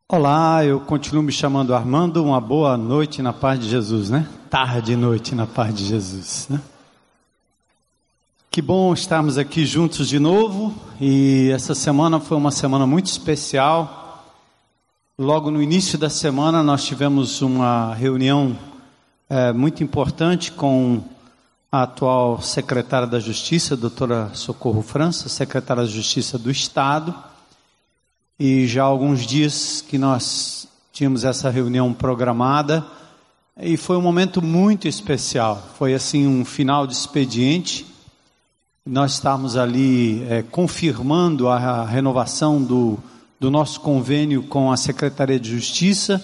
Olá, eu continuo me chamando Armando. Uma boa noite na paz de Jesus, né? Tarde e noite na paz de Jesus, né? Que bom estarmos aqui juntos de novo. E essa semana foi uma semana muito especial. Logo no início da semana nós tivemos uma reunião muito importante com a atual secretária da Justiça, doutora Socorro França, secretária da Justiça do Estado. E já há alguns dias que nós tínhamos essa reunião programada e foi um momento muito especial. Foi assim um final de expediente. Nós estávamos ali confirmando a renovação do nosso convênio com a Secretaria de Justiça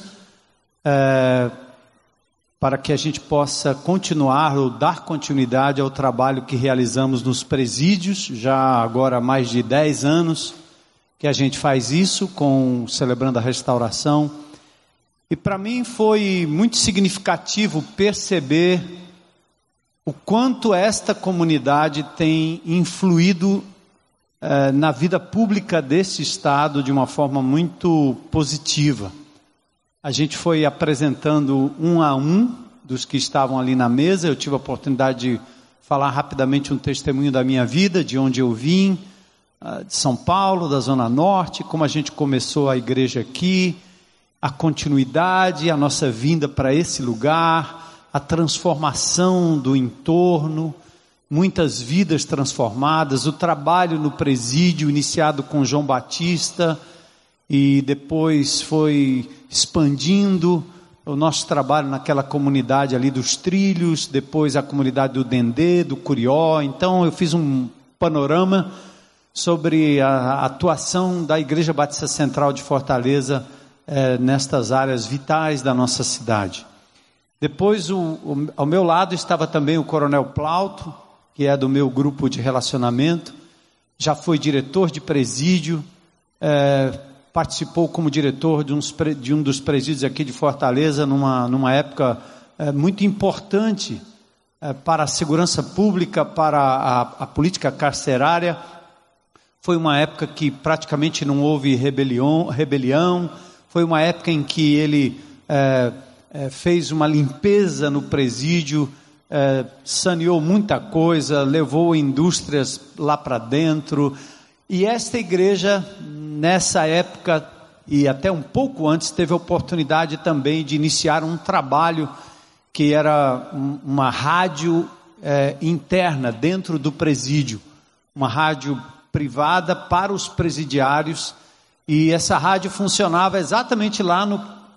para que a gente possa continuar ou dar continuidade ao trabalho que realizamos nos presídios, já agora há mais de 10 anos, que a gente faz isso, celebrando a restauração. E para mim foi muito significativo perceber o quanto esta comunidade tem influído na vida pública desse estado de uma forma muito positiva. A gente foi apresentando um a um dos que estavam ali na mesa. Eu tive a oportunidade de falar rapidamente um testemunho da minha vida, de onde eu vim, de São Paulo, da Zona Norte, como a gente começou a igreja aqui, a continuidade, a nossa vinda para esse lugar, a transformação do entorno, muitas vidas transformadas, o trabalho no presídio iniciado com João Batista e depois foi expandindo o nosso trabalho naquela comunidade ali dos Trilhos, depois a comunidade do Dendê, do Curió. Então eu fiz um panorama sobre a atuação da Igreja Batista Central de Fortaleza nestas áreas vitais da nossa cidade. Depois, ao meu lado estava também o Coronel Plauto, que é do meu grupo de relacionamento, já foi diretor de presídio, participou como diretor de um dos presídios aqui de Fortaleza, numa época muito importante para a segurança pública, para a política carcerária. Foi uma época que praticamente não houve rebelião, foi uma época em que ele fez uma limpeza no presídio, saneou muita coisa, levou indústrias lá para dentro. E esta igreja, nessa época e até um pouco antes, teve a oportunidade também de iniciar um trabalho que era uma rádio interna dentro do presídio, uma rádio privada para os presidiários, e essa rádio funcionava exatamente lá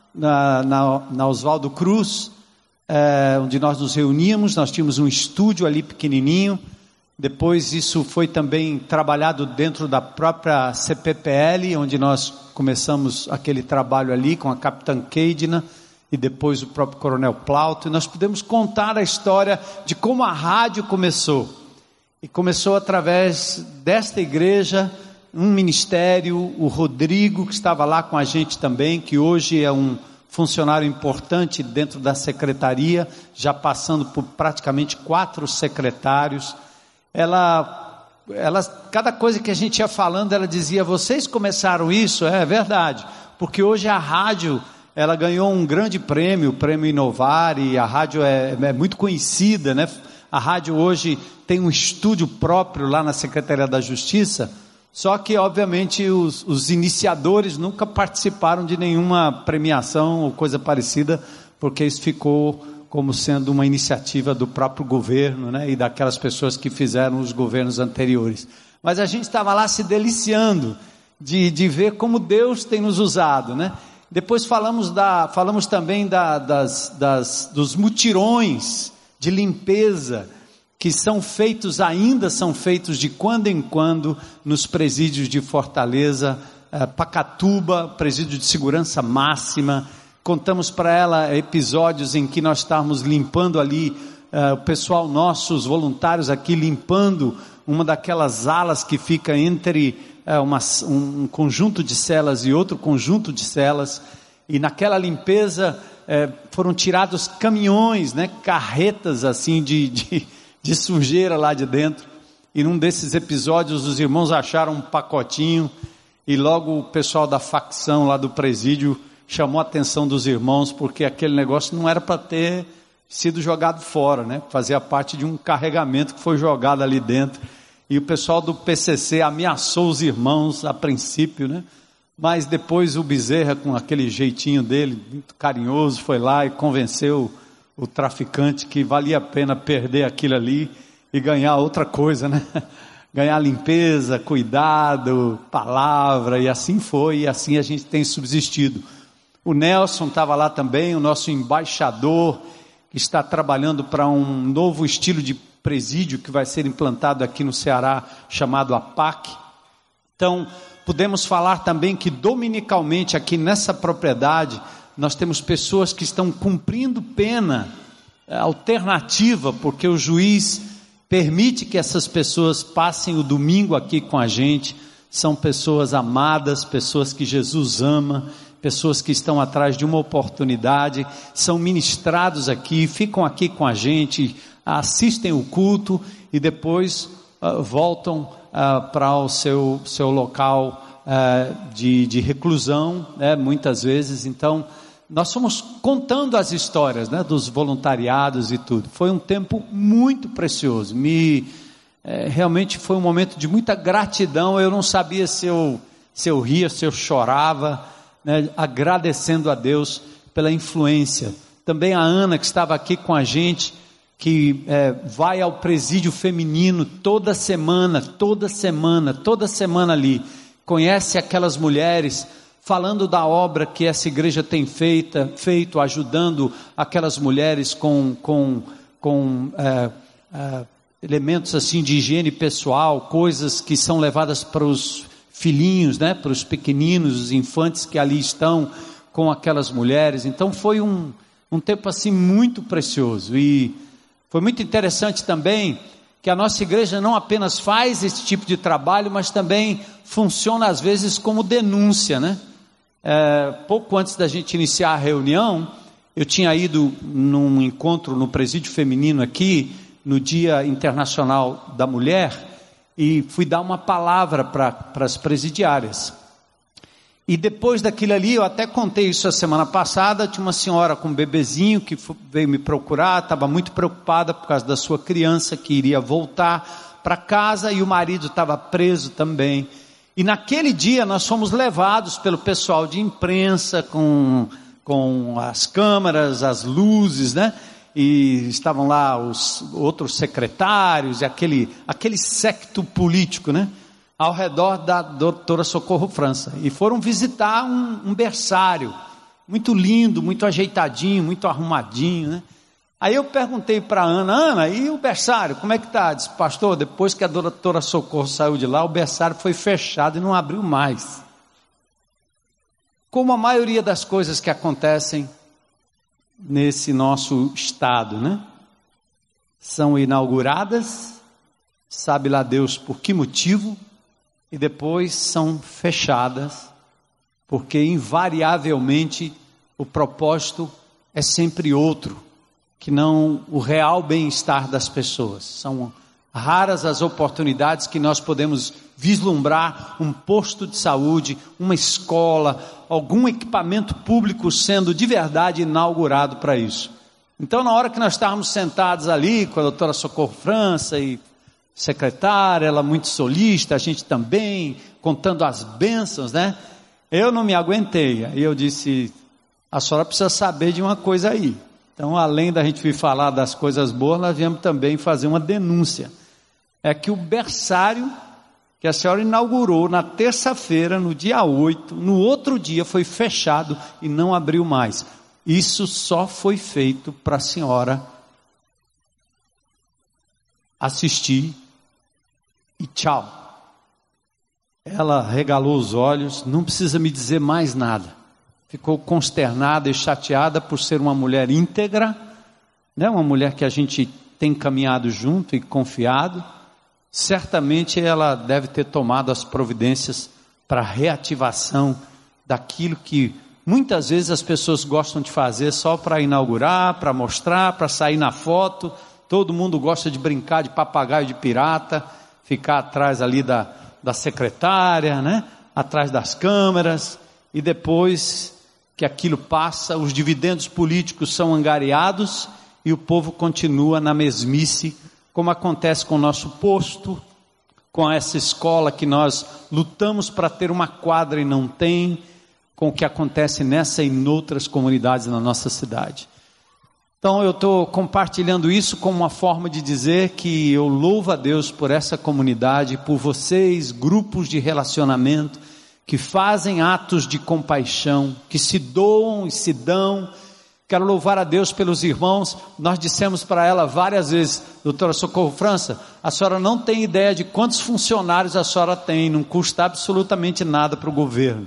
na Oswaldo Cruz, onde nós nos reuníamos. Nós tínhamos um estúdio ali pequenininho. Depois isso foi também trabalhado dentro da própria CPPL, onde nós começamos aquele trabalho ali com a Capitã Keidna e depois o próprio Coronel Plauto, e nós pudemos contar a história de como a rádio começou. E começou através desta igreja, um ministério, o Rodrigo, que estava lá com a gente também, que hoje é um funcionário importante dentro da secretaria, já passando por praticamente 4 secretários. Ela, cada coisa que a gente ia falando, ela dizia: vocês começaram isso? É verdade, porque hoje a rádio, ela ganhou um grande prêmio, o Prêmio Inovar, e a rádio é muito conhecida, né? A rádio hoje tem um estúdio próprio lá na Secretaria da Justiça, só que obviamente os iniciadores nunca participaram de nenhuma premiação ou coisa parecida, porque isso ficou como sendo uma iniciativa do próprio governo, né, e daquelas pessoas que fizeram os governos anteriores. Mas a gente estava lá se deliciando de ver como Deus tem nos usado, né? Depois falamos também dos mutirões de limpeza que ainda são feitos de quando em quando nos presídios de Fortaleza, Pacatuba, presídio de segurança máxima. Contamos para ela episódios em que nós estávamos limpando ali, o pessoal nosso, os voluntários aqui, limpando uma daquelas alas que fica entre um conjunto de celas e outro conjunto de celas, e naquela limpeza foram tirados caminhões, né, carretas assim de sujeira lá de dentro, e num desses episódios os irmãos acharam um pacotinho e logo o pessoal da facção lá do presídio chamou a atenção dos irmãos, porque aquele negócio não era para ter sido jogado fora, né? Fazia parte de um carregamento que foi jogado ali dentro, e o pessoal do PCC ameaçou os irmãos a princípio, né? Mas depois o Bezerra, com aquele jeitinho dele, muito carinhoso, foi lá e convenceu o traficante que valia a pena perder aquilo ali e ganhar outra coisa, né? Ganhar limpeza, cuidado, palavra, e assim foi, e assim a gente tem subsistido. O Nelson estava lá também, o nosso embaixador, que está trabalhando para um novo estilo de presídio que vai ser implantado aqui no Ceará, chamado APAC. Então, podemos falar também que dominicalmente aqui nessa propriedade, nós temos pessoas que estão cumprindo pena alternativa, porque o juiz permite que essas pessoas passem o domingo aqui com a gente. São pessoas amadas, pessoas que Jesus ama, pessoas que estão atrás de uma oportunidade, são ministrados aqui, ficam aqui com a gente, assistem o culto e depois voltam para o seu local de reclusão, né, muitas vezes. Então, nós fomos contando as histórias, né, dos voluntariados e tudo. Foi um tempo muito precioso. Realmente foi um momento de muita gratidão. Eu não sabia se eu ria, se eu chorava, né, agradecendo a Deus pela influência. Também a Ana, que estava aqui com a gente, que vai ao presídio feminino toda semana ali, conhece aquelas mulheres, falando da obra que essa igreja tem feito, ajudando aquelas mulheres com elementos assim de higiene pessoal, coisas que são levadas para os filhinhos, né, para os pequeninos, os infantes que ali estão com aquelas mulheres. Então foi um tempo assim muito precioso, e foi muito interessante também que a nossa igreja não apenas faz esse tipo de trabalho, mas também funciona às vezes como denúncia, né? Pouco antes da gente iniciar a reunião, eu tinha ido num encontro no presídio feminino aqui, no Dia Internacional da Mulher, e fui dar uma palavra para as presidiárias. E depois daquilo ali, eu até contei isso a semana passada, tinha uma senhora com um bebezinho que veio me procurar, estava muito preocupada por causa da sua criança que iria voltar para casa, e o marido estava preso também. E naquele dia nós fomos levados pelo pessoal de imprensa com as câmeras, as luzes, né? E estavam lá os outros secretários e aquele séquito político, né, ao redor da doutora Socorro França, e foram visitar um berçário muito lindo, muito ajeitadinho, muito arrumadinho, né? Aí eu perguntei para Ana, e o berçário, como é que está? Disse, pastor, depois que a doutora Socorro saiu de lá, o berçário foi fechado e não abriu mais. Como a maioria das coisas que acontecem nesse nosso estado, né? São inauguradas, sabe lá Deus por que motivo, e depois são fechadas, porque invariavelmente o propósito é sempre outro, que não o real bem-estar das pessoas. São raras as oportunidades que nós podemos vislumbrar um posto de saúde, uma escola, algum equipamento público sendo de verdade inaugurado para isso. Então, na hora que nós estávamos sentados ali com a doutora Socorro França e secretária, ela muito solista, a gente também, contando as bênçãos, né? Eu não me aguentei, aí eu disse, a senhora precisa saber de uma coisa aí. Então, além da gente vir falar das coisas boas, nós viemos também fazer uma denúncia. É que o berçário que a senhora inaugurou na terça-feira, no dia 8, no outro dia foi fechado e não abriu mais. Isso só foi feito para a senhora assistir e tchau. Ela regalou os olhos, não precisa me dizer mais nada. Ficou consternada e chateada por ser uma mulher íntegra, né? Uma mulher que a gente tem caminhado junto e confiado. Certamente ela deve ter tomado as providências para a reativação daquilo que muitas vezes as pessoas gostam de fazer só para inaugurar, para mostrar, para sair na foto. Todo mundo gosta de brincar de papagaio de pirata, ficar atrás ali da secretária, né? atrás das câmeras, e depois que aquilo passa, os dividendos políticos são angariados e o povo continua na mesmice, como acontece com o nosso posto, com essa escola que nós lutamos para ter uma quadra e não tem, com o que acontece nessa e em outras comunidades na nossa cidade. Então eu estou compartilhando isso como uma forma de dizer que eu louvo a Deus por essa comunidade, por vocês, grupos de relacionamento, que fazem atos de compaixão, que se doam e se dão. Quero louvar a Deus pelos irmãos. Nós dissemos para ela várias vezes: doutora Socorro França, a senhora não tem ideia de quantos funcionários a senhora tem, não custa absolutamente nada para o governo.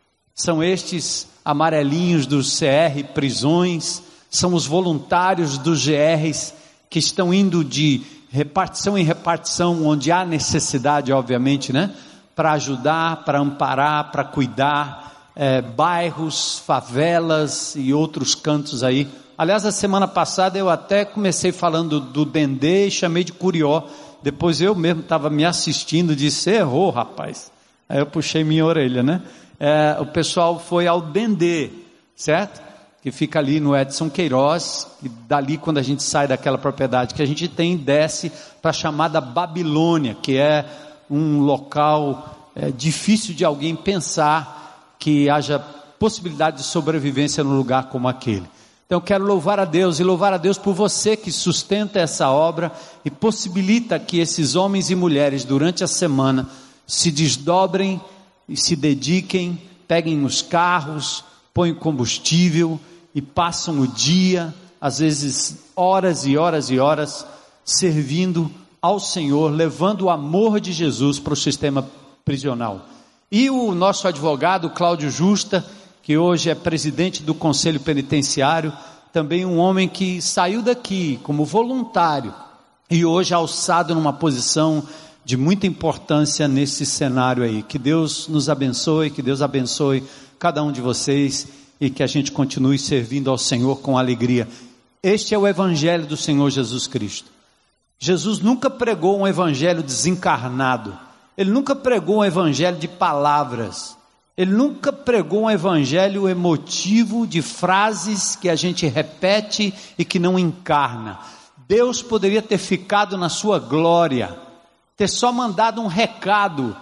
São estes amarelinhos dos CR prisões, são os voluntários dos GRs que estão indo de repartição em repartição, onde há necessidade, obviamente, né? Para ajudar, para amparar, para cuidar, bairros, favelas e outros cantos aí. Aliás, a semana passada eu até comecei falando do Dendê e chamei de Curió. Depois eu mesmo estava me assistindo e disse: errou, rapaz. Aí eu puxei minha orelha, né? O pessoal foi ao Dendê, certo? Que fica ali no Edson Queiroz, e dali, quando a gente sai daquela propriedade que a gente tem, desce para a chamada Babilônia, que é um local difícil de alguém pensar que haja possibilidade de sobrevivência num lugar como aquele. Então eu quero louvar a Deus, e louvar a Deus por você que sustenta essa obra e possibilita que esses homens e mulheres durante a semana se desdobrem e se dediquem, peguem os carros, põem combustível e passam o dia, às vezes horas e horas e horas, servindo ao Senhor, levando o amor de Jesus para o sistema prisional. E o nosso advogado Cláudio Justa, que hoje é presidente do Conselho Penitenciário, também um homem que saiu daqui como voluntário e hoje alçado numa posição de muita importância nesse cenário aí. Que Deus nos abençoe, que Deus abençoe cada um de vocês e que a gente continue servindo ao Senhor com alegria. Este é o Evangelho do Senhor Jesus Cristo. Jesus nunca pregou um evangelho desencarnado, ele nunca pregou um evangelho de palavras, ele nunca pregou um evangelho emotivo de frases que a gente repete e que não encarna. Deus poderia ter ficado na sua glória, ter só mandado um recado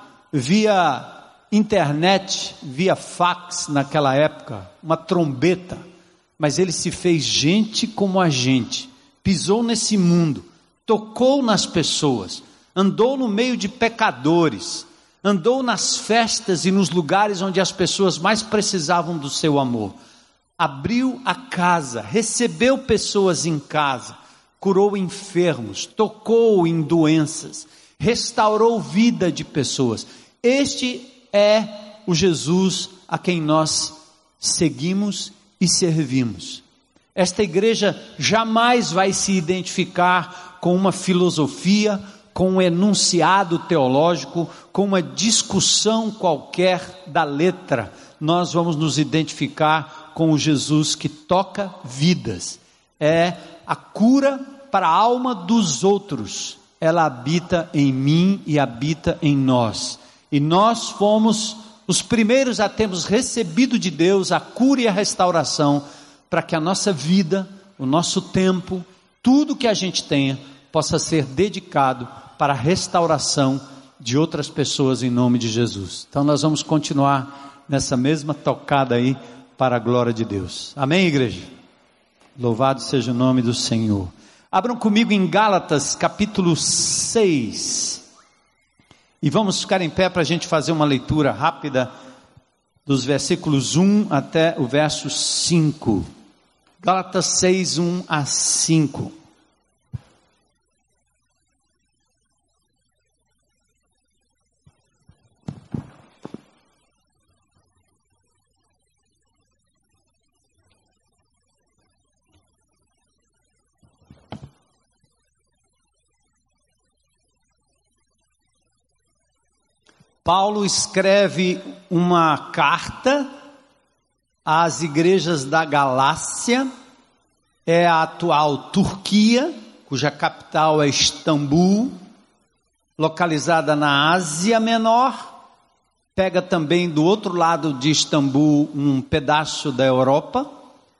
via internet, via fax naquela época, uma trombeta, mas ele se fez gente como a gente, pisou nesse mundo, tocou nas pessoas, andou no meio de pecadores, andou nas festas e nos lugares onde as pessoas mais precisavam do seu amor, abriu a casa, recebeu pessoas em casa, curou enfermos, tocou em doenças, restaurou vida de pessoas. Este é o Jesus a quem nós seguimos e servimos. Esta igreja jamais vai se identificar com uma filosofia, com um enunciado teológico, com uma discussão qualquer da letra. Nós vamos nos identificar com o Jesus que toca vidas. É a cura para a alma dos outros. Ela habita em mim e habita em nós. E nós fomos os primeiros a termos recebido de Deus a cura e a restauração, para que a nossa vida, o nosso tempo, tudo que a gente tenha, possa ser dedicado para a restauração de outras pessoas em nome de Jesus. Então nós vamos continuar nessa mesma tocada aí, para a glória de Deus. Amém, igreja? Louvado seja o nome do Senhor. Abram comigo em Gálatas capítulo 6. E vamos ficar em pé para a gente fazer uma leitura rápida dos versículos 1 até o verso 5. Gálatas 6, 1 a 5. Paulo escreve uma carta às igrejas da Galácia, é a atual Turquia, cuja capital é Istambul, localizada na Ásia Menor, pega também do outro lado de Istambul um pedaço da Europa,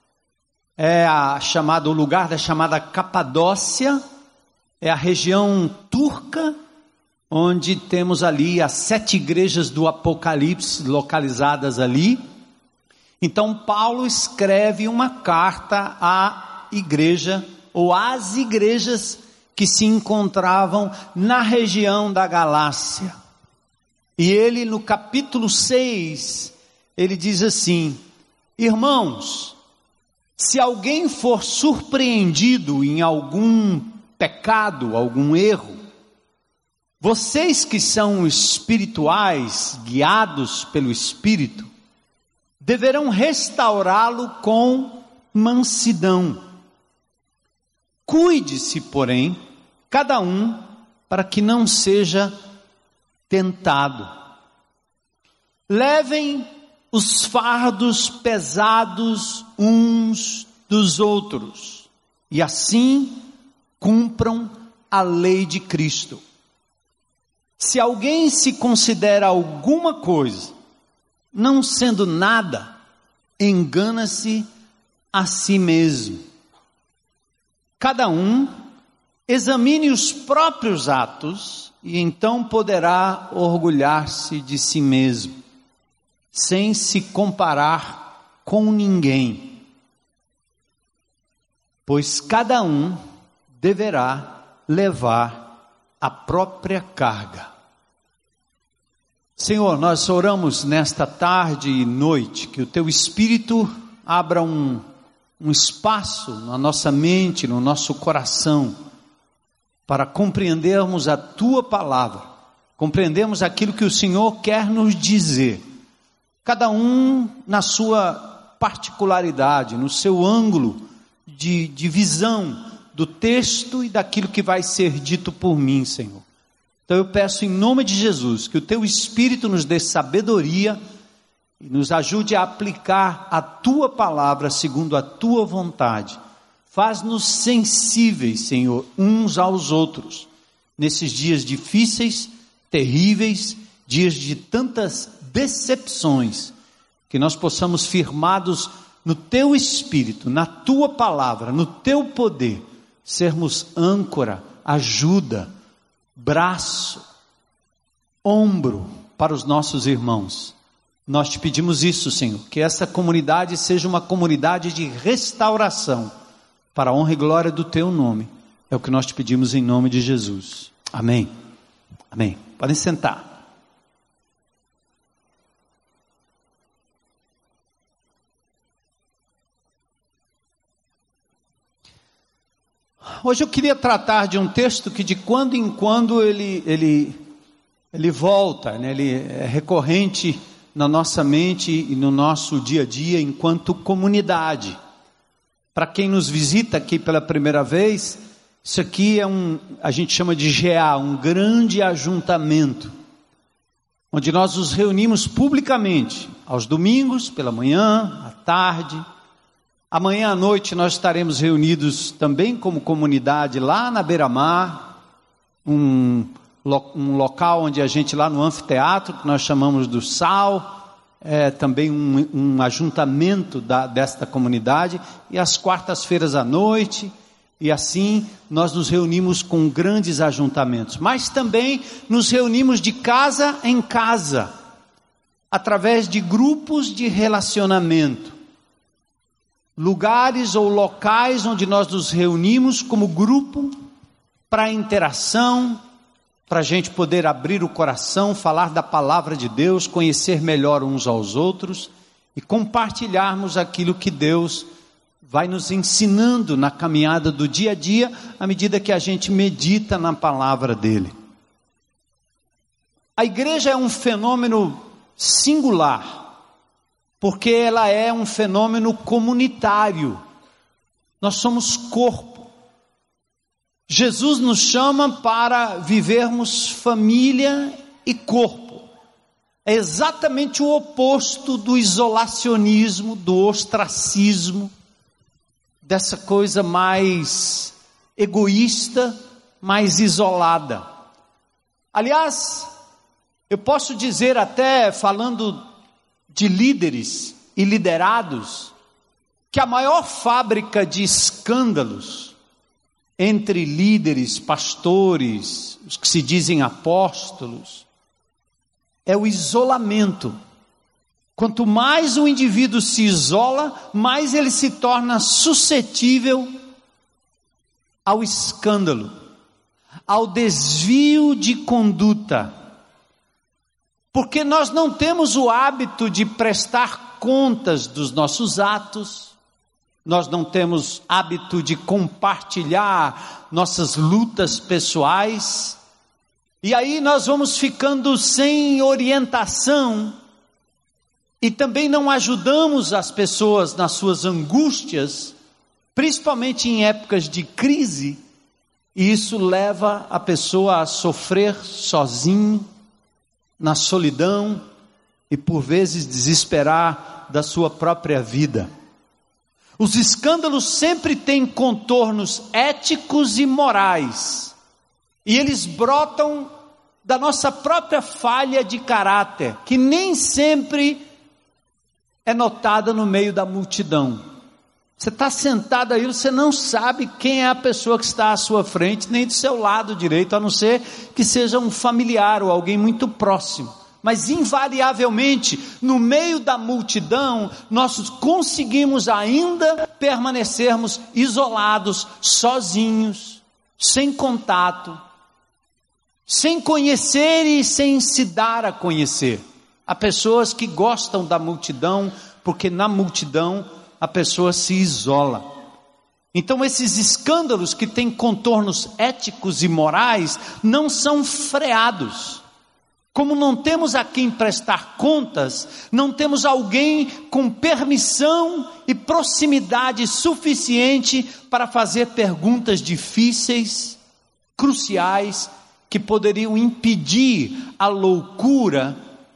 o lugar da chamada Capadócia, é a região turca, onde temos ali as 7 igrejas do Apocalipse localizadas ali. Então Paulo escreve uma carta à igreja, ou às igrejas que se encontravam na região da Galácia. E ele, no capítulo 6, ele diz assim: irmãos, se alguém for surpreendido em algum pecado, algum erro, vocês que são espirituais, guiados pelo Espírito, deverão restaurá-lo com mansidão. Cuide-se, porém, cada um, para que não seja tentado. Levem os fardos pesados uns dos outros, e assim cumpram a lei de Cristo. Se alguém se considera alguma coisa, não sendo nada, engana-se a si mesmo. Cada um examine os próprios atos e então poderá orgulhar-se de si mesmo, sem se comparar com ninguém, pois cada um deverá levar a própria carga. Senhor, nós oramos nesta tarde e noite, que o Teu Espírito abra um espaço na nossa mente, no nosso coração, para compreendermos a Tua palavra, compreendermos aquilo que o Senhor quer nos dizer, cada um na sua particularidade, no seu ângulo de visão do texto e daquilo que vai ser dito por mim, Senhor. Então eu peço em nome de Jesus, que o Teu Espírito nos dê sabedoria e nos ajude a aplicar a Tua palavra segundo a Tua vontade. Faz-nos sensíveis, Senhor, uns aos outros, nesses dias difíceis, terríveis, dias de tantas decepções, que nós possamos, firmados no Teu Espírito, na Tua palavra, no Teu poder, sermos âncora, ajuda, braço, ombro para os nossos irmãos. Nós Te pedimos isso, Senhor, que essa comunidade seja uma comunidade de restauração, para a honra e glória do Teu nome. É o que nós Te pedimos em nome de Jesus. Amém. Amém. Podem sentar. Hoje eu queria tratar de um texto que de quando em quando ele volta, né? Ele é recorrente na nossa mente e no nosso dia a dia enquanto comunidade. Para quem nos visita aqui pela primeira vez, isso aqui a gente chama de GA, um grande ajuntamento, onde nós nos reunimos publicamente, aos domingos, pela manhã, à tarde. Amanhã à noite nós estaremos reunidos também como comunidade lá na Beira-Mar, um local onde a gente, lá no anfiteatro, que nós chamamos do Sal, é também um ajuntamento desta comunidade, e às quartas-feiras à noite, e assim nós nos reunimos com grandes ajuntamentos, mas também nos reunimos de casa em casa, através de grupos de relacionamento, lugares ou locais onde nós nos reunimos como grupo para interação, para a gente poder abrir o coração, falar da palavra de Deus, conhecer melhor uns aos outros e compartilharmos aquilo que Deus vai nos ensinando na caminhada do dia a dia, à medida que a gente medita na palavra dele. A igreja é um fenômeno singular, porque ela é um fenômeno comunitário. Nós somos corpo. Jesus nos chama para vivermos família e corpo. É exatamente o oposto do isolacionismo, do ostracismo, dessa coisa mais egoísta, mais isolada. Aliás, Eu posso dizer, até falando de líderes e liderados, que a maior fábrica de escândalos entre líderes, pastores, os que se dizem apóstolos, é o isolamento. Quanto mais o indivíduo se isola, mais ele se torna suscetível ao escândalo, ao desvio de conduta. Porque nós não temos o hábito de prestar contas dos nossos atos, nós não temos hábito de compartilhar nossas lutas pessoais, e aí nós vamos ficando sem orientação, e também não ajudamos as pessoas nas suas angústias, principalmente em épocas de crise, e isso leva a pessoa a sofrer sozinho, na solidão, e por vezes desesperar da sua própria vida. Os escândalos sempre têm contornos éticos e morais, e eles brotam da nossa própria falha de caráter, que nem sempre é notada no meio da multidão. Você está sentado aí, você não sabe quem é a pessoa que está à sua frente, nem do seu lado direito, a não ser que seja um familiar ou alguém muito próximo. Mas invariavelmente, no meio da multidão, nós conseguimos ainda permanecermos isolados, sozinhos, sem contato, sem conhecer e sem se dar a conhecer. Há pessoas que gostam da multidão, porque na multidão a pessoa se isola. Então esses escândalos que têm contornos éticos e morais não são freados. Como não temos a quem prestar contas, não temos alguém com permissão e proximidade suficiente para fazer perguntas difíceis, cruciais, que poderiam impedir a loucura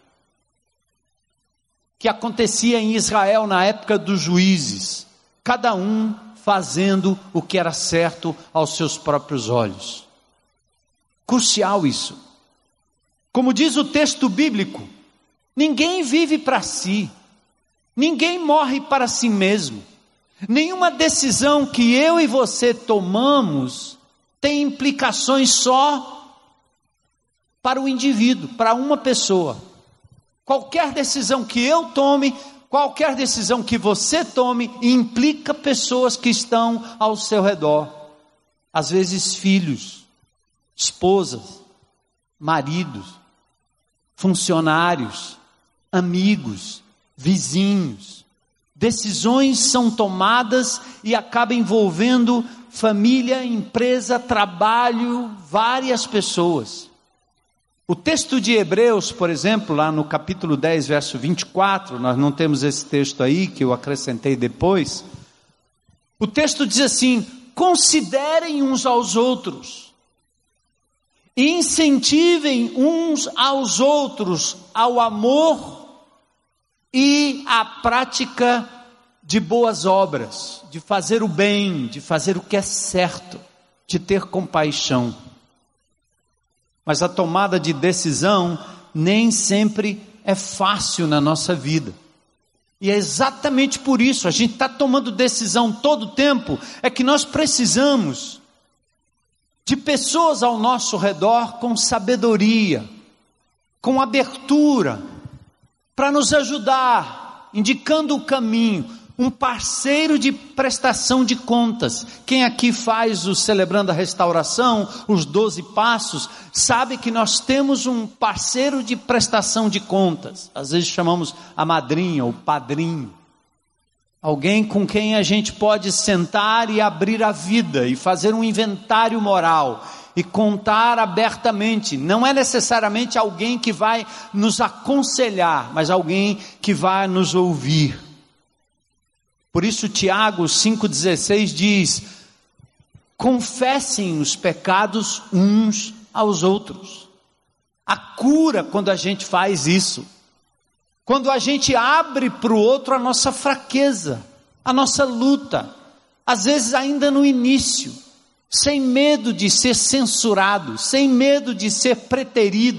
que acontecia em Israel na época dos juízes, cada um fazendo o que era certo aos seus próprios olhos. Crucial isso. Como diz o texto bíblico, ninguém vive para si, ninguém morre para si mesmo. Nenhuma decisão que eu e você tomamos tem implicações só para o indivíduo, para uma pessoa. Qualquer decisão que eu tome, qualquer decisão que você tome, implica pessoas que estão ao seu redor. Às vezes filhos, esposas, maridos, funcionários, amigos, vizinhos. Decisões são tomadas e acabam envolvendo família, empresa, trabalho, várias pessoas. O texto de Hebreus, por exemplo, lá no capítulo 10, verso 24, nós não temos esse texto aí, que eu acrescentei depois. O texto diz assim: considerem uns aos outros, incentivem uns aos outros ao amor e à prática de boas obras, de fazer o bem, de fazer o que é certo, de ter compaixão. Mas a tomada de decisão nem sempre é fácil na nossa vida. E é exatamente por isso, a gente está tomando decisão todo o tempo, é que nós precisamos de pessoas ao nosso redor com sabedoria, com abertura, para nos ajudar, indicando o caminho, um parceiro de prestação de contas. Quem aqui faz o Celebrando a Restauração, os 12 passos, sabe que nós temos um parceiro de prestação de contas. Às vezes chamamos a madrinha, o padrinho. Alguém com quem a gente pode sentar e abrir a vida e fazer um inventário moral e contar abertamente. Não é necessariamente alguém que vai nos aconselhar, mas alguém que vai nos ouvir. Por isso Tiago 5,16 diz: confessem os pecados uns aos outros. A cura quando a gente faz isso, quando a gente abre para o outro a nossa fraqueza, a nossa luta, às vezes ainda no início, sem medo de ser censurado, sem medo de ser preterido,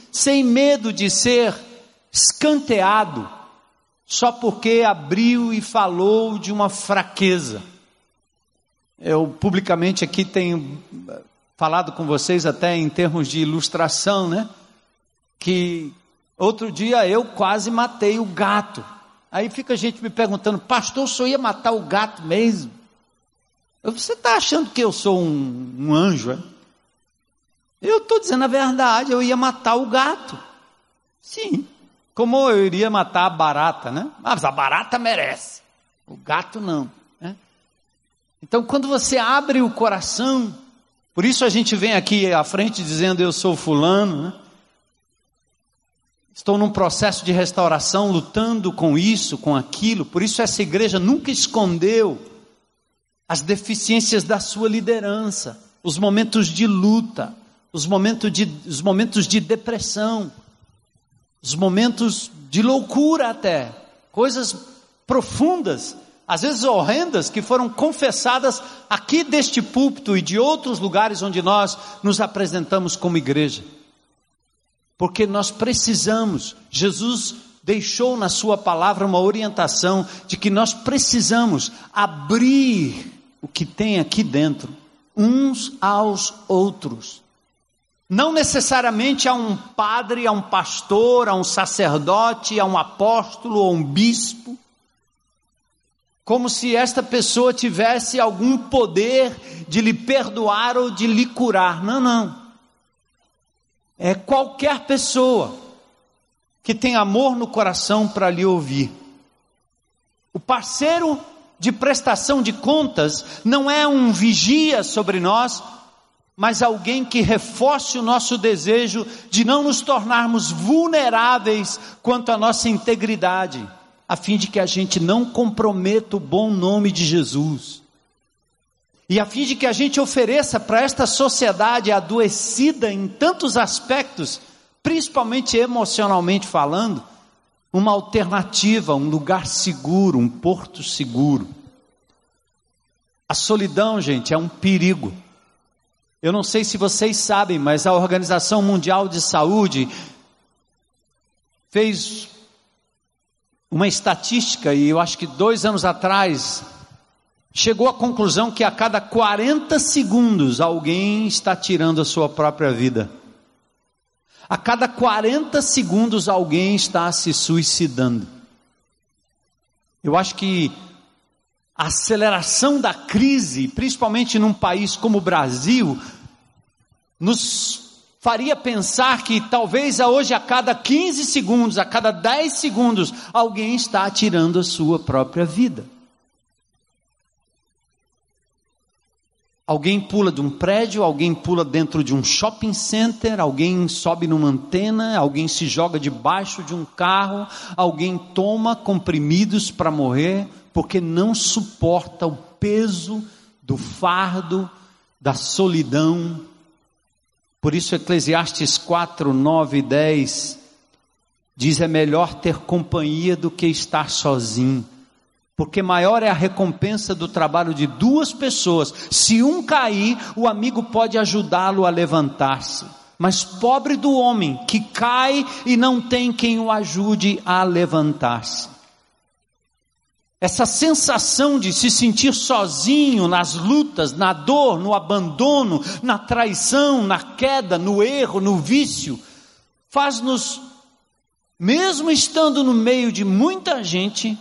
sem medo de ser escanteado, só porque abriu e falou de uma fraqueza. Eu publicamente aqui tenho falado com vocês até em termos de ilustração, né? Que outro dia eu quase matei o gato. Aí fica a gente me perguntando: pastor, o senhor ia matar o gato mesmo? Você está achando que eu sou um anjo, é? Eu estou dizendo a verdade, eu ia matar o gato. Sim, como eu iria matar a barata, né? Mas a barata merece, o gato não, né? Então quando você abre o coração, por isso a gente vem aqui à frente dizendo: eu sou fulano, né? Estou num processo de restauração, lutando com isso, com aquilo. Por isso essa igreja nunca escondeu as deficiências da sua liderança, os momentos de luta, os momentos de depressão, os momentos de loucura até, coisas profundas, às vezes horrendas, que foram confessadas aqui deste púlpito e de outros lugares onde nós nos apresentamos como igreja. Porque nós precisamos, Jesus deixou na sua palavra uma orientação de que nós precisamos abrir o que tem aqui dentro, uns aos outros. Não necessariamente a um padre, a um pastor, a um sacerdote, a um apóstolo ou um bispo, como se esta pessoa tivesse algum poder de lhe perdoar ou de lhe curar. Não, não. É qualquer pessoa que tem amor no coração para lhe ouvir. O parceiro de prestação de contas não é um vigia sobre nós, mas alguém que reforce o nosso desejo de não nos tornarmos vulneráveis quanto à nossa integridade, a fim de que a gente não comprometa o bom nome de Jesus. E a fim de que a gente ofereça para esta sociedade adoecida em tantos aspectos, principalmente emocionalmente falando, uma alternativa, um lugar seguro, um porto seguro. A solidão, gente, é um perigo. Eu não sei se vocês sabem, mas a Organização Mundial de Saúde fez uma estatística, e eu acho que 2 anos atrás, chegou à conclusão que a cada 40 segundos alguém está tirando a sua própria vida. A cada 40 segundos alguém está se suicidando. Eu acho que a aceleração da crise, principalmente num país como o Brasil, nos faria pensar que talvez hoje a cada 15 segundos, a cada 10 segundos, alguém está tirando a sua própria vida. Alguém pula de um prédio, alguém pula dentro de um shopping center, alguém sobe numa antena, alguém se joga debaixo de um carro, alguém toma comprimidos para morrer, porque não suporta o peso do fardo, da solidão. Por isso Eclesiastes 4, 9 e 10 diz: é melhor ter companhia do que estar sozinho. Porque maior é a recompensa do trabalho de 2 pessoas. Se um cair, o amigo pode ajudá-lo a levantar-se. Mas pobre do homem que cai e não tem quem o ajude a levantar-se. Essa sensação de se sentir sozinho nas lutas, na dor, no abandono, na traição, na queda, no erro, no vício, faz-nos, mesmo estando no meio de muita gente,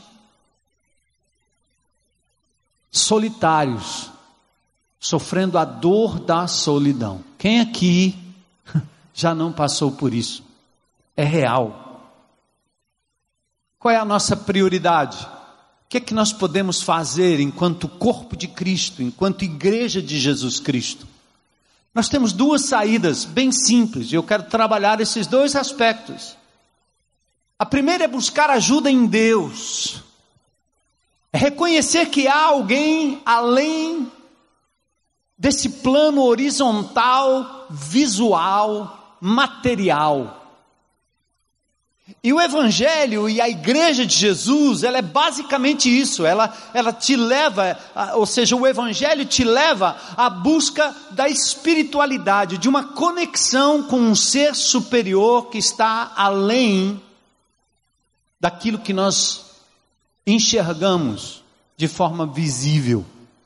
solitários, sofrendo a dor da solidão. Quem aqui já não passou por isso? É real. Qual é a nossa prioridade? O que é que nós podemos fazer enquanto corpo de Cristo, enquanto igreja de Jesus Cristo? Nós temos 2 saídas bem simples, e eu quero trabalhar esses 2 aspectos. A primeira é buscar ajuda em Deus. É reconhecer que há alguém além desse plano horizontal, visual, material. E o Evangelho e a Igreja de Jesus, ela é basicamente isso, ela te leva, ou seja, o Evangelho te leva à busca da espiritualidade, de uma conexão com um ser superior que está além daquilo que nós enxergamos de forma visível.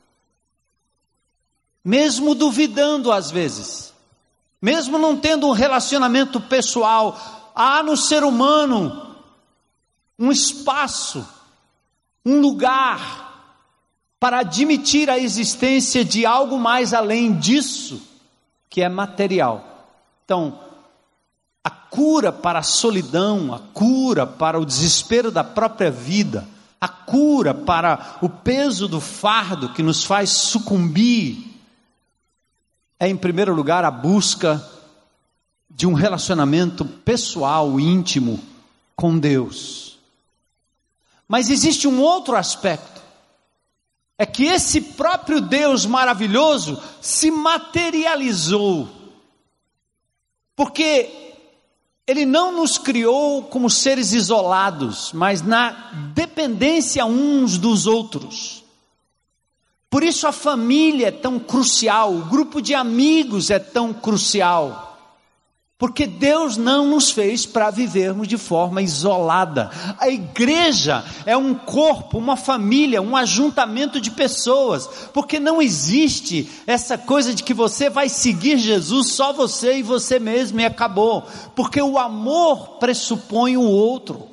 Mesmo duvidando às vezes, mesmo não tendo um relacionamento pessoal, há no ser humano um espaço, um lugar para admitir a existência de algo mais além disso, que é material. Então, a cura para a solidão, a cura para o desespero da própria vida, a cura para o peso do fardo que nos faz sucumbir, é em primeiro lugar a busca de um relacionamento pessoal, íntimo com Deus. Mas existe um outro aspecto, é que esse próprio Deus maravilhoso se materializou, porque Ele não nos criou como seres isolados, mas na dependência uns dos outros. Por isso a família é tão crucial, o grupo de amigos é tão crucial. Porque Deus não nos fez para vivermos de forma isolada. A igreja é um corpo, uma família, um ajuntamento de pessoas. Porque não existe essa coisa de que você vai seguir Jesus, só você e você mesmo e acabou. Porque o amor pressupõe o outro.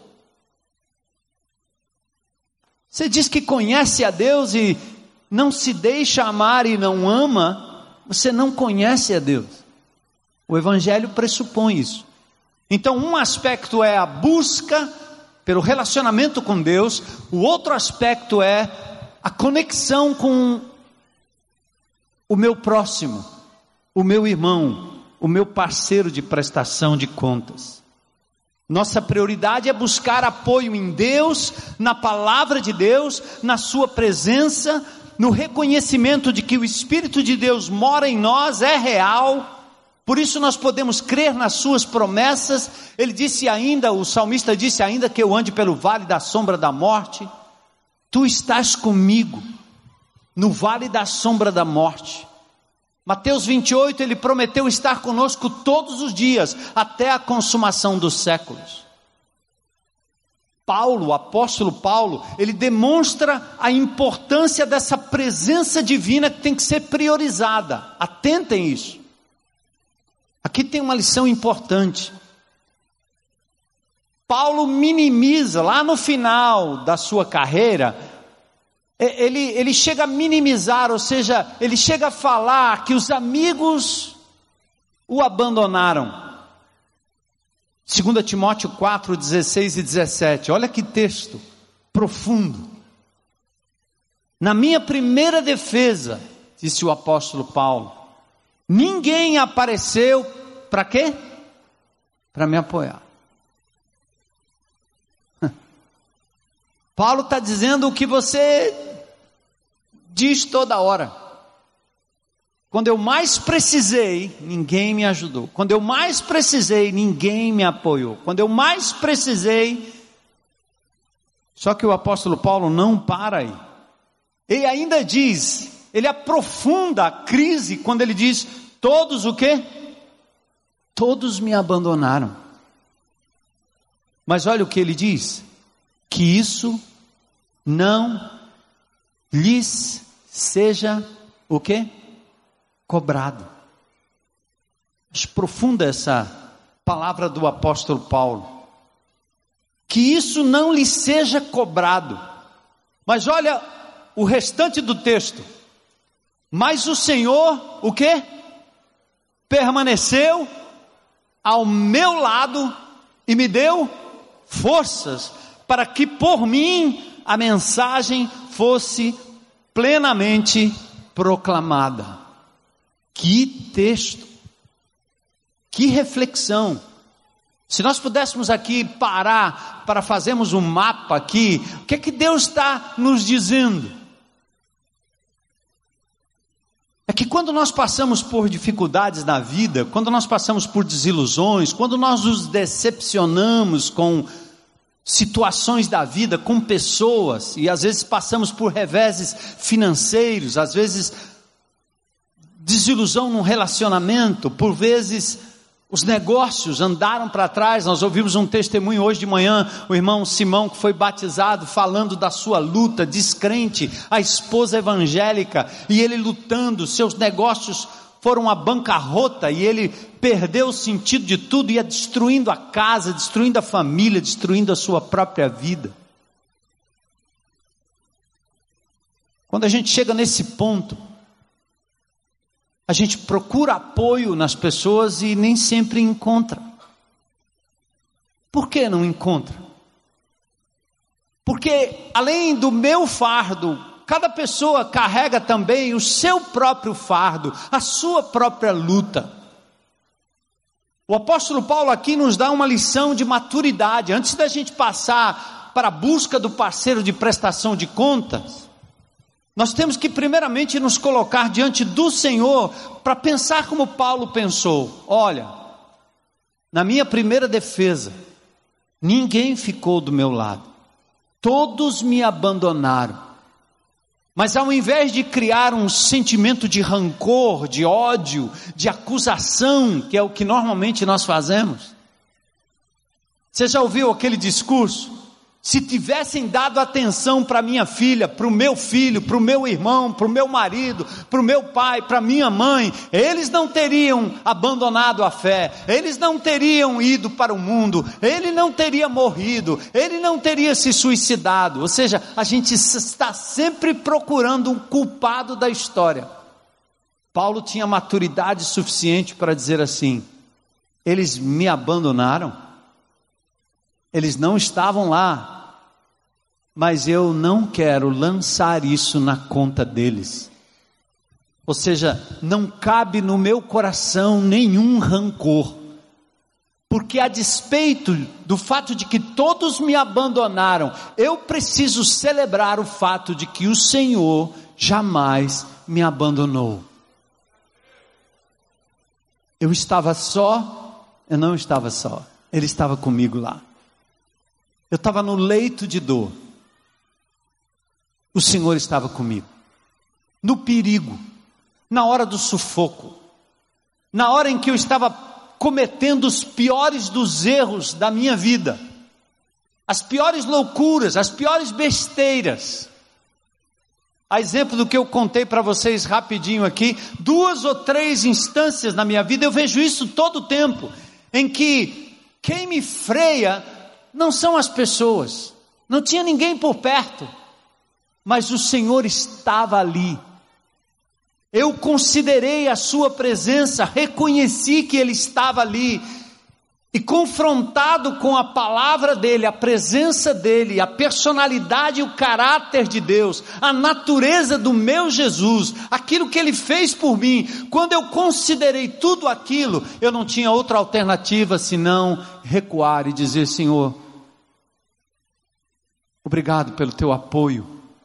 Você diz que conhece a Deus e não se deixa amar e não ama, você não conhece a Deus. O Evangelho pressupõe isso. Então, um aspecto é a busca pelo relacionamento com Deus, o outro aspecto é a conexão com o meu próximo, o meu irmão, o meu parceiro de prestação de contas. Nossa prioridade é buscar apoio em Deus, na palavra de Deus, na sua presença, no reconhecimento de que o Espírito de Deus mora em nós, é real. Por isso nós podemos crer nas suas promessas. Ele disse ainda, o salmista disse ainda que eu ande pelo vale da sombra da morte, tu estás comigo, no vale da sombra da morte. Mateus 28, ele prometeu estar conosco todos os dias, até a consumação dos séculos. Paulo, o apóstolo Paulo, ele demonstra a importância dessa presença divina que tem que ser priorizada. Atentem isso. Aqui tem uma lição importante. Paulo minimiza, lá no final da sua carreira, ele chega a minimizar, ou seja, ele chega a falar que os amigos o abandonaram. 2 Timóteo 4, 16 e 17, olha que texto profundo. Na minha primeira defesa, disse o apóstolo Paulo, ninguém apareceu para quê? Para me apoiar. Paulo está dizendo o que você diz toda hora. Quando eu mais precisei, ninguém me ajudou. Quando eu mais precisei, ninguém me apoiou. Quando eu mais precisei. Só que o apóstolo Paulo não para aí. Ele ainda diz, ele aprofunda a crise quando ele diz, todos o quê? Todos me abandonaram. Mas olha o que ele diz, que isso não lhes seja o quê? Cobrado. Acho profunda essa palavra do apóstolo Paulo. Que isso não lhe seja cobrado. Mas olha o restante do texto. Mas o Senhor, o quê? Permaneceu ao meu lado e me deu forças para que por mim a mensagem fosse plenamente proclamada. Que texto, que reflexão. Se nós pudéssemos aqui parar para fazermos um mapa aqui, o que é que Deus está nos dizendo? é que quando nós passamos por dificuldades na vida, quando nós passamos por desilusões, quando nós nos decepcionamos com situações da vida, com pessoas, e às vezes passamos por reveses financeiros, às vezes desilusão num relacionamento, por vezes os negócios andaram para trás. Nós ouvimos um testemunho hoje de manhã, o irmão Simão, que foi batizado, falando da sua luta, descrente, a esposa evangélica, e ele lutando, seus negócios foram à bancarrota, e ele perdeu o sentido de tudo, ia destruindo a casa, destruindo a família, destruindo a sua própria vida. Quando a gente chega nesse ponto, a gente procura apoio nas pessoas e nem sempre encontra. Por que não encontra? Porque além do meu fardo, cada pessoa carrega também o seu próprio fardo, a sua própria luta. O apóstolo Paulo aqui nos dá uma lição de maturidade. Antes da gente passar para a busca do parceiro de prestação de contas, nós temos que primeiramente nos colocar diante do Senhor para pensar como Paulo pensou. Olha, na minha primeira defesa, ninguém ficou do meu lado, todos me abandonaram. Mas ao invés de criar um sentimento de rancor, de ódio, de acusação, que é o que normalmente nós fazemos, você já ouviu aquele discurso? Se tivessem dado atenção para minha filha, para o meu filho, para o meu irmão, para o meu marido, para o meu pai, para a minha mãe, eles não teriam abandonado a fé, eles não teriam ido para o mundo, ele não teria morrido, ele não teria se suicidado. Ou seja, a gente está sempre procurando um culpado da história. Paulo tinha maturidade suficiente para dizer assim: eles me abandonaram, eles não estavam lá, mas eu não quero lançar isso na conta deles. Ou seja, não cabe no meu coração nenhum rancor, porque a despeito do fato de que todos me abandonaram, eu preciso celebrar o fato de que o Senhor jamais me abandonou. Eu estava só, eu não estava só, Ele estava comigo lá. Eu estava no leito de dor, o Senhor estava comigo, no perigo, na hora do sufoco, na hora em que eu estava cometendo os piores dos erros da minha vida, as piores loucuras, as piores besteiras. A exemplo do que eu contei para vocês rapidinho aqui, 2 ou 3 instâncias na minha vida, eu vejo isso todo o tempo, em que quem me freia não são as pessoas, não tinha ninguém por perto, mas o Senhor estava ali. Eu considerei a sua presença, reconheci que Ele estava ali, e confrontado com a palavra dEle, a presença dEle, a personalidade e o caráter de Deus, a natureza do meu Jesus, aquilo que Ele fez por mim, quando eu considerei tudo aquilo, eu não tinha outra alternativa senão recuar e dizer: Senhor, obrigado pelo teu apoio.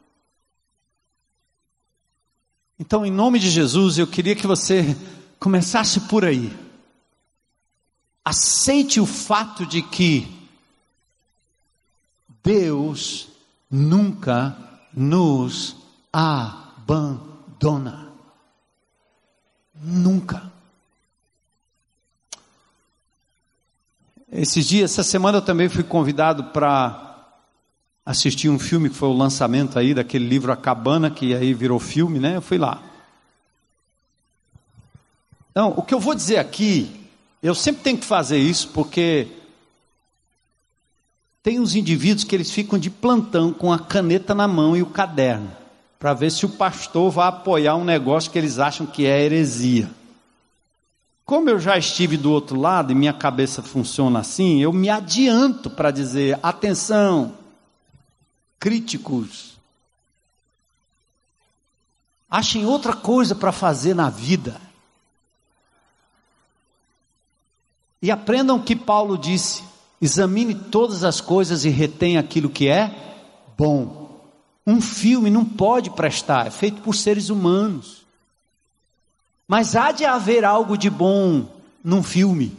Então, em nome de Jesus, eu queria que você começasse por aí. Aceite o fato de que Deus nunca nos abandona. Nunca. Essa semana eu também fui convidado para assistir um filme que foi o lançamento aí daquele livro A Cabana, que aí virou filme, né? Eu fui lá. Então, o que eu vou dizer aqui, eu sempre tenho que fazer isso, porque tem uns indivíduos que eles ficam de plantão com a caneta na mão e o caderno, para ver se o pastor vai apoiar um negócio que eles acham que é heresia. Como eu já estive do outro lado e minha cabeça funciona assim, eu me adianto para dizer: atenção, críticos, achem outra coisa para fazer na vida. E aprendam o que Paulo disse: examine todas as coisas e retenha aquilo que é bom. Um filme não pode prestar, é feito por seres humanos. Mas há de haver algo de bom num filme.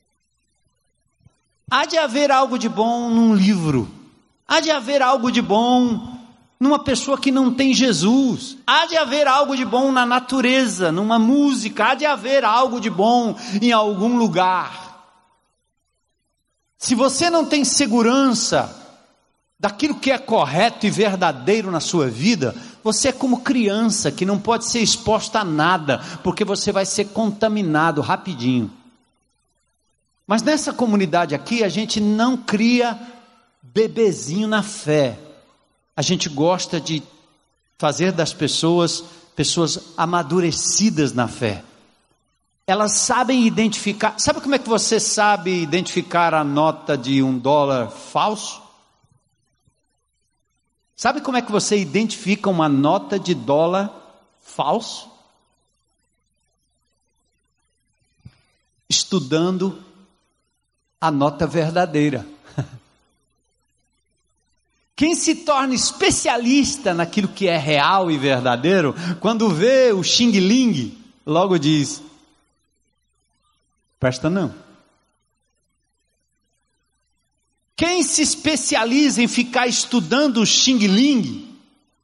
Há de haver algo de bom num livro. Há de haver algo de bom numa pessoa que não tem Jesus. Há de haver algo de bom na natureza, numa música. Há de haver algo de bom em algum lugar. Se você não tem segurança daquilo que é correto e verdadeiro na sua vida, você é como criança que não pode ser exposta a nada, porque você vai ser contaminado rapidinho. Mas nessa comunidade aqui, a gente não cria bebezinho na fé. A gente gosta de fazer das pessoas amadurecidas na fé. Elas sabem identificar. Sabe como é que você sabe identificar a nota de $1 falso? Sabe como é que você identifica uma nota de dólar falso? Estudando a nota verdadeira. Quem se torna especialista naquilo que é real e verdadeiro, quando vê o xing-ling, logo diz: presta não. Quem se especializa em ficar estudando o xing-ling,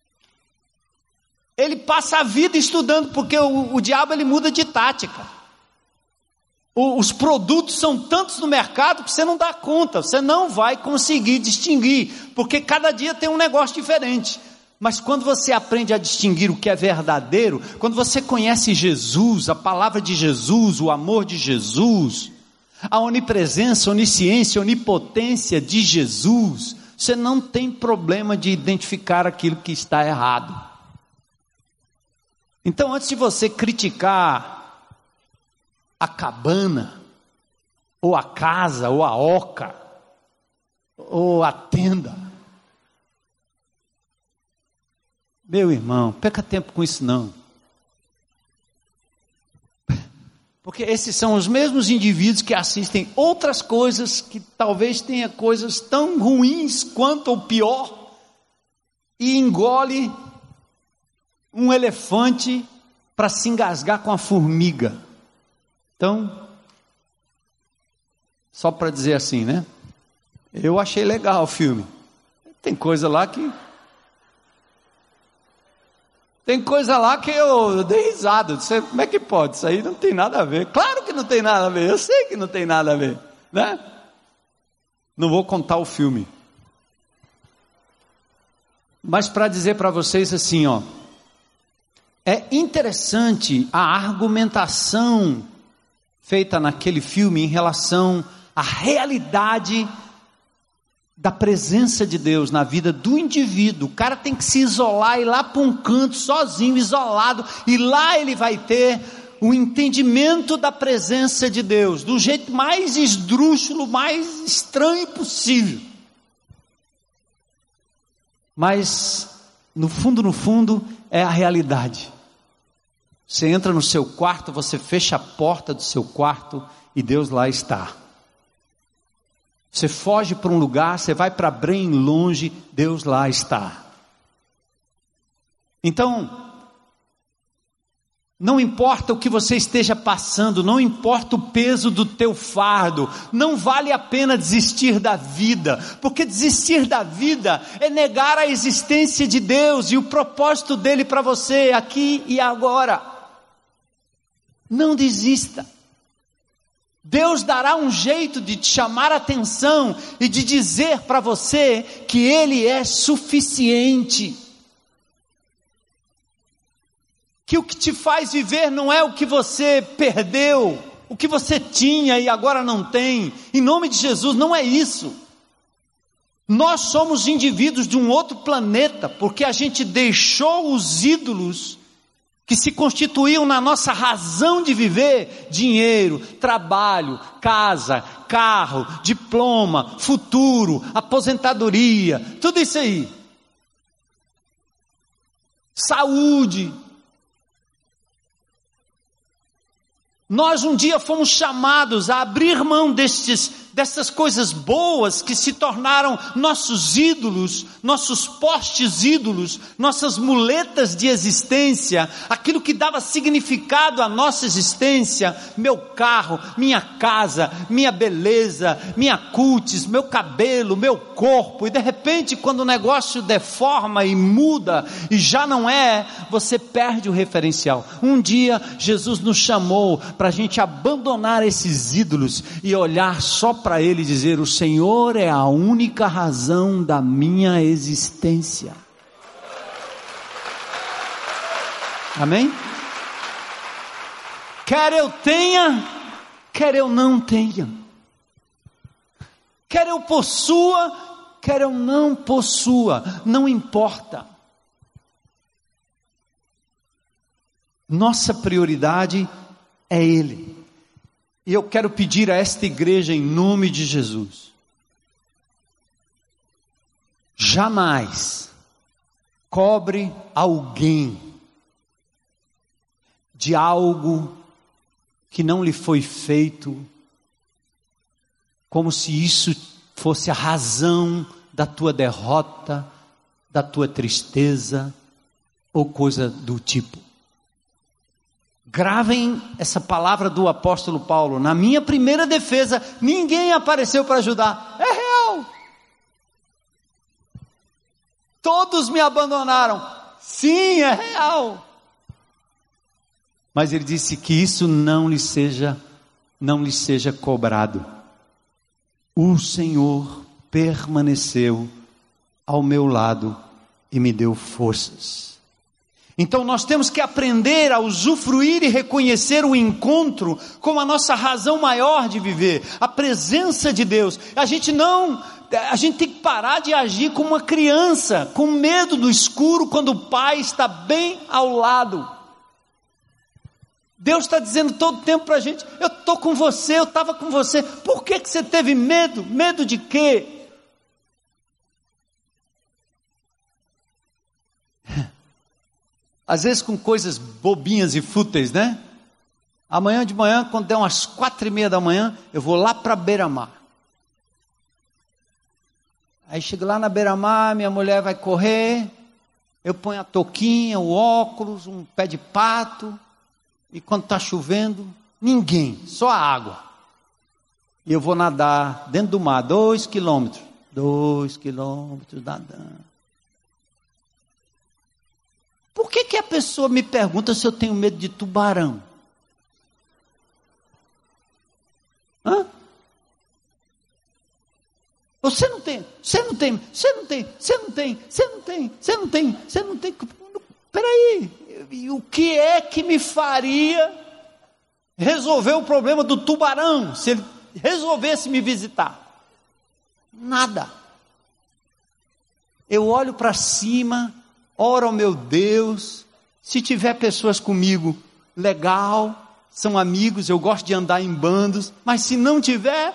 ele passa a vida estudando, porque o diabo ele muda de tática. Os produtos são tantos no mercado que você não dá conta, você não vai conseguir distinguir, porque cada dia tem um negócio diferente. Mas quando você aprende a distinguir o que é verdadeiro, quando você conhece Jesus, a palavra de Jesus, o amor de Jesus, a onipresença, onisciência, onipotência de Jesus, você não tem problema de identificar aquilo que está errado. Então, antes de você criticar a cabana, ou a casa, ou a oca, ou a tenda, meu irmão, perca tempo com isso não. Porque esses são os mesmos indivíduos que assistem outras coisas, que talvez tenha coisas tão ruins quanto ou pior, e engole um elefante para se engasgar com a formiga. Então, só para dizer assim, né? Eu achei legal o filme. Tem coisa lá que eu dei risada. Como é que pode? Isso aí não tem nada a ver. Claro que não tem nada a ver. Eu sei que não tem nada a ver, né? Não vou contar o filme. Mas para dizer para vocês assim, ó, é interessante a argumentação feita naquele filme em relação à realidade da presença de Deus na vida do indivíduo. O cara tem que se isolar, ir lá para um canto sozinho, isolado, e lá ele vai ter o entendimento da presença de Deus, do jeito mais esdrúxulo, mais estranho possível. Mas no fundo é a realidade. Você entra no seu quarto, você fecha a porta do seu quarto e Deus lá está. Você foge para um lugar, você vai para bem longe, Deus lá está. Então, não importa o que você esteja passando, não importa o peso do teu fardo, não vale a pena desistir da vida, porque desistir da vida é negar a existência de Deus e o propósito dele para você aqui e agora. Não desista. Deus dará um jeito de te chamar a atenção e de dizer para você que Ele é suficiente. Que o que te faz viver não é o que você perdeu, o que você tinha e agora não tem. Em nome de Jesus, não é isso. Nós somos indivíduos de um outro planeta, porque a gente deixou os ídolos que se constituíam na nossa razão de viver: dinheiro, trabalho, casa, carro, diploma, futuro, aposentadoria, tudo isso aí. Saúde. Nós um dia fomos chamados a abrir mão dessas coisas boas que se tornaram nossos ídolos, nossos postes ídolos, nossas muletas de existência, aquilo que dava significado à nossa existência, meu carro, minha casa, minha beleza, minha cutis, meu cabelo, meu corpo, e de repente quando o negócio deforma e muda, e já não é, você perde o referencial. Um dia Jesus nos chamou para a gente abandonar esses ídolos, e olhar só para Ele e dizer: o Senhor é a única razão da minha existência. Amém? Quer eu tenha, quer eu não tenha, quer eu possua, quer eu não possua, não importa. Nossa prioridade é Ele. E eu quero pedir a esta igreja, em nome de Jesus, jamais cobre alguém de algo que não lhe foi feito, como se isso fosse a razão da tua derrota, da tua tristeza, ou coisa do tipo. Gravem essa palavra do apóstolo Paulo: na minha primeira defesa, ninguém apareceu para ajudar. É real. Todos me abandonaram. Sim, é real. Mas ele disse que isso não lhe seja cobrado. O Senhor permaneceu ao meu lado e me deu forças. Então nós temos que aprender a usufruir e reconhecer o encontro como a nossa razão maior de viver, a presença de Deus. A gente tem que parar de agir como uma criança, com medo do escuro, quando o Pai está bem ao lado. Deus está dizendo todo o tempo para a gente: eu estou com você, eu estava com você. Por que você teve medo? Medo de quê? Às vezes com coisas bobinhas e fúteis, né? Amanhã de manhã, quando der umas 4:30 da manhã, eu vou lá para a beira-mar. Aí chego lá na beira-mar, minha mulher vai correr, eu ponho a touquinha, o óculos, um pé de pato, e quando está chovendo, ninguém, só a água. E eu vou nadar dentro do mar, 2 quilômetros. 2 quilômetros nadando. Por que a pessoa me pergunta se eu tenho medo de tubarão? Hã? Você não tem. Peraí, e o que é que me faria resolver o problema do tubarão, se ele resolvesse me visitar? Nada. Eu olho para cima, oro ao meu Deus. Se tiver pessoas comigo, legal, são amigos, eu gosto de andar em bandos. Mas se não tiver,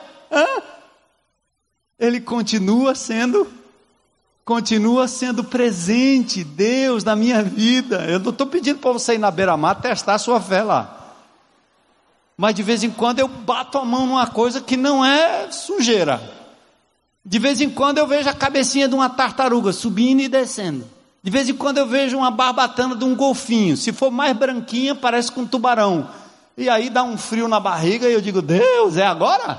Ele continua sendo presente, Deus, na minha vida. Eu não estou pedindo para você ir na beira-mar testar a sua fé lá. Mas de vez em quando eu bato a mão numa coisa que não é sujeira. De vez em quando eu vejo a cabecinha de uma tartaruga subindo e descendo. De vez em quando eu vejo uma barbatana de um golfinho. Se for mais branquinha, parece com um tubarão. E aí dá um frio na barriga e eu digo: Deus, é agora?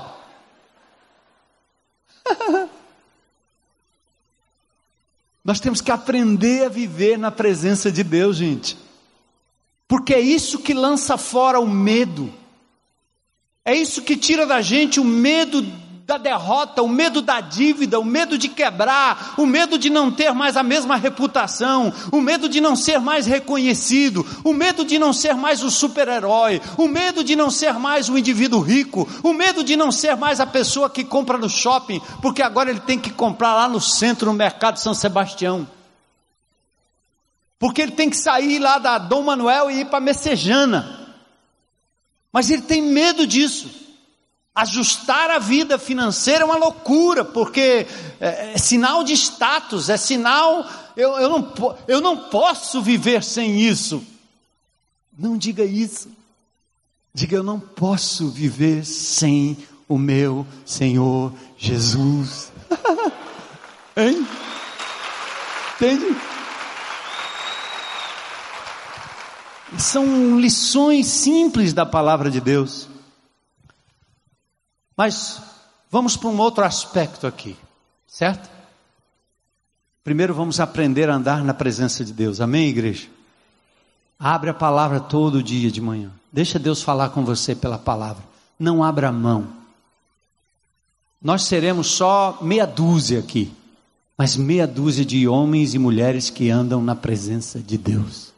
Nós temos que aprender a viver na presença de Deus, gente. Porque é isso que lança fora o medo. É isso que tira da gente o medo da derrota, o medo da dívida, o medo de quebrar, o medo de não ter mais a mesma reputação, o medo de não ser mais reconhecido, o medo de não ser mais o super-herói, o medo de não ser mais o indivíduo rico, o medo de não ser mais a pessoa que compra no shopping, porque agora ele tem que comprar lá no centro, no mercado São Sebastião. Porque ele tem que sair lá da Dom Manuel e ir para Messejana. Mas ele tem medo disso. Ajustar a vida financeira é uma loucura, porque é sinal de status, é sinal, eu não posso viver sem isso. Não diga isso. Diga: eu não posso viver sem o meu Senhor Jesus. Hein? Entende? São lições simples da palavra de Deus. Mas vamos para um outro aspecto aqui, certo? Primeiro vamos aprender a andar na presença de Deus. Amém, igreja? Abre a palavra todo dia de manhã. Deixa Deus falar com você pela palavra. Não abra mão. Nós seremos só meia dúzia aqui, mas meia dúzia de homens e mulheres que andam na presença de Deus.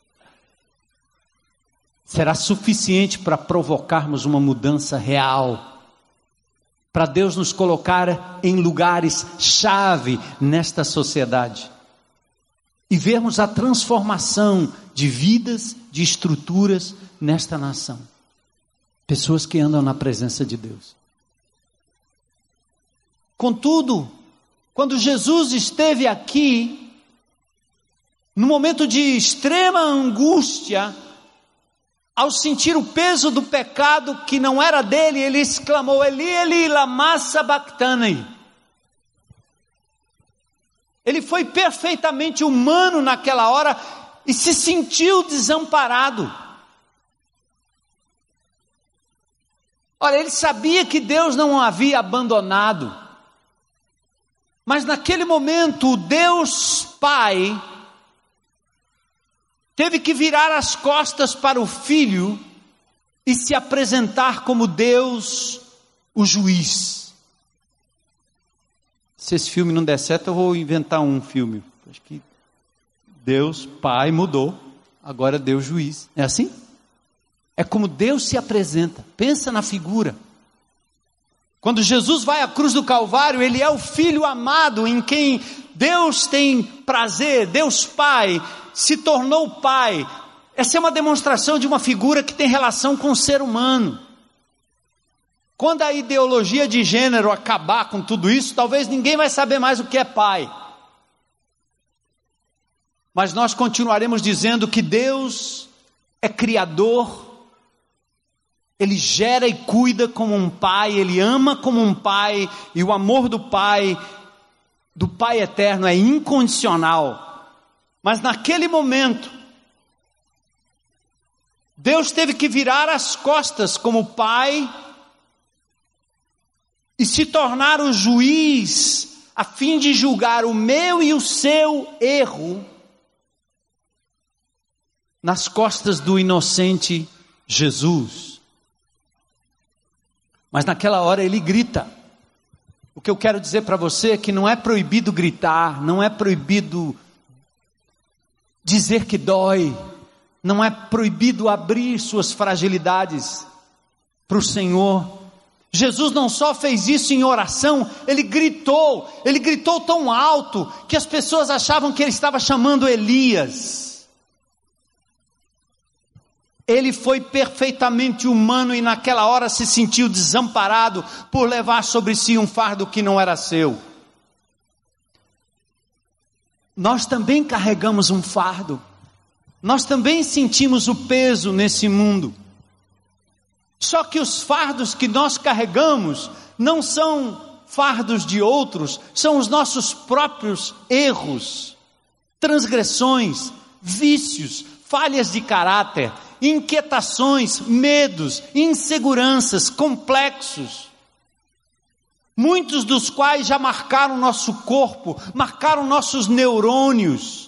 Será suficiente para provocarmos uma mudança real, para Deus nos colocar em lugares-chave nesta sociedade e vermos a transformação de vidas, de estruturas nesta nação. Pessoas que andam na presença de Deus. Contudo, quando Jesus esteve aqui, no momento de extrema angústia, ao sentir o peso do pecado que não era dele, ele exclamou: Eli, Eli, lama sabachthani. Ele foi perfeitamente humano naquela hora e se sentiu desamparado. Olha, ele sabia que Deus não o havia abandonado, mas naquele momento o Deus Pai teve que virar as costas para o Filho e se apresentar como Deus, o juiz. Se esse filme não der certo, eu vou inventar um filme. Acho que Deus Pai mudou, agora é Deus juiz. É assim? É como Deus se apresenta. Pensa na figura. Quando Jesus vai à cruz do Calvário, ele é o Filho amado em quem Deus tem prazer. Deus Pai se tornou Pai. Essa é uma demonstração de uma figura que tem relação com o ser humano. Quando a ideologia de gênero acabar com tudo isso, talvez ninguém vai saber mais o que é pai. Mas nós continuaremos dizendo que Deus é criador, Ele gera e cuida como um pai, Ele ama como um pai, e o amor do Pai eterno é incondicional. Mas naquele momento, Deus teve que virar as costas como Pai e se tornar o juiz, a fim de julgar o meu e o seu erro nas costas do inocente Jesus. Mas naquela hora ele grita. O que eu quero dizer para você é que não é proibido gritar, não é proibido dizer que dói, não é proibido abrir suas fragilidades para o Senhor. Jesus não só fez isso em oração, ele gritou tão alto que as pessoas achavam que ele estava chamando Elias. Ele foi perfeitamente humano e naquela hora se sentiu desamparado por levar sobre si um fardo que não era seu. Nós também carregamos um fardo, nós também sentimos o peso nesse mundo. Só que os fardos que nós carregamos não são fardos de outros, são os nossos próprios erros, transgressões, vícios, falhas de caráter, inquietações, medos, inseguranças, complexos, muitos dos quais já marcaram nosso corpo, marcaram nossos neurônios.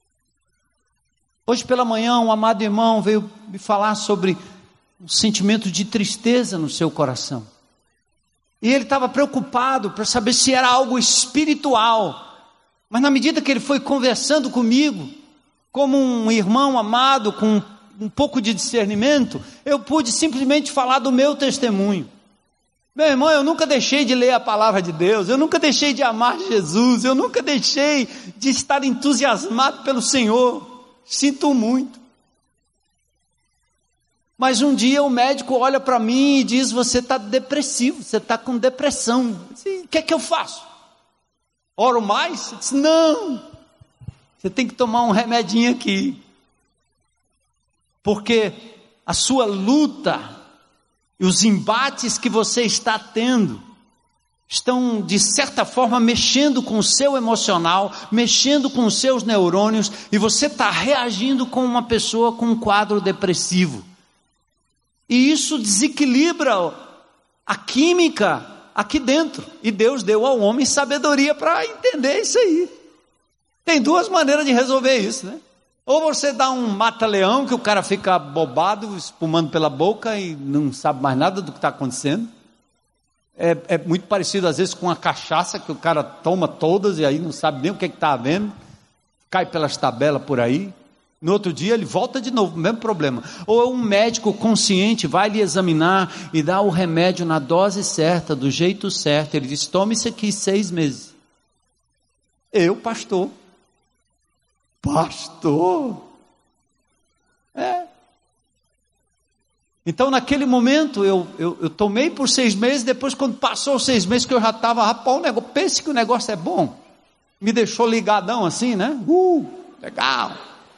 Hoje pela manhã um amado irmão veio me falar sobre um sentimento de tristeza no seu coração, e ele estava preocupado para saber se era algo espiritual, mas na medida que ele foi conversando comigo, como um irmão amado, com um pouco de discernimento, eu pude simplesmente falar do meu testemunho. Meu irmão, eu nunca deixei de ler a palavra de Deus, eu nunca deixei de amar Jesus, eu nunca deixei de estar entusiasmado pelo Senhor, sinto muito. Mas um dia o médico olha para mim e diz: você está depressivo, você está com depressão. O que é que eu faço? Oro mais? Eu disse: não, você tem que tomar um remedinho aqui, porque a sua luta e os embates que você está tendo estão, de certa forma, mexendo com o seu emocional, mexendo com os seus neurônios, e você está reagindo como uma pessoa com um quadro depressivo. E isso desequilibra a química aqui dentro. E Deus deu ao homem sabedoria para entender isso aí. Tem duas maneiras de resolver isso, né? Ou você dá um mata-leão, que o cara fica bobado, espumando pela boca e não sabe mais nada do que está acontecendo. É muito parecido às vezes com a cachaça, que o cara toma todas e aí não sabe nem o que está havendo, cai pelas tabelas por aí. No outro dia ele volta de novo, mesmo problema. Ou um médico consciente vai lhe examinar e dá o remédio na dose certa, do jeito certo. Ele diz: tome isso aqui 6 meses. Eu, pastor. Então naquele momento eu tomei por 6 meses. Depois, quando passou os 6 meses, que eu já estava, rapaz, o negócio, pense que o negócio é bom, me deixou ligadão assim, né? Legal.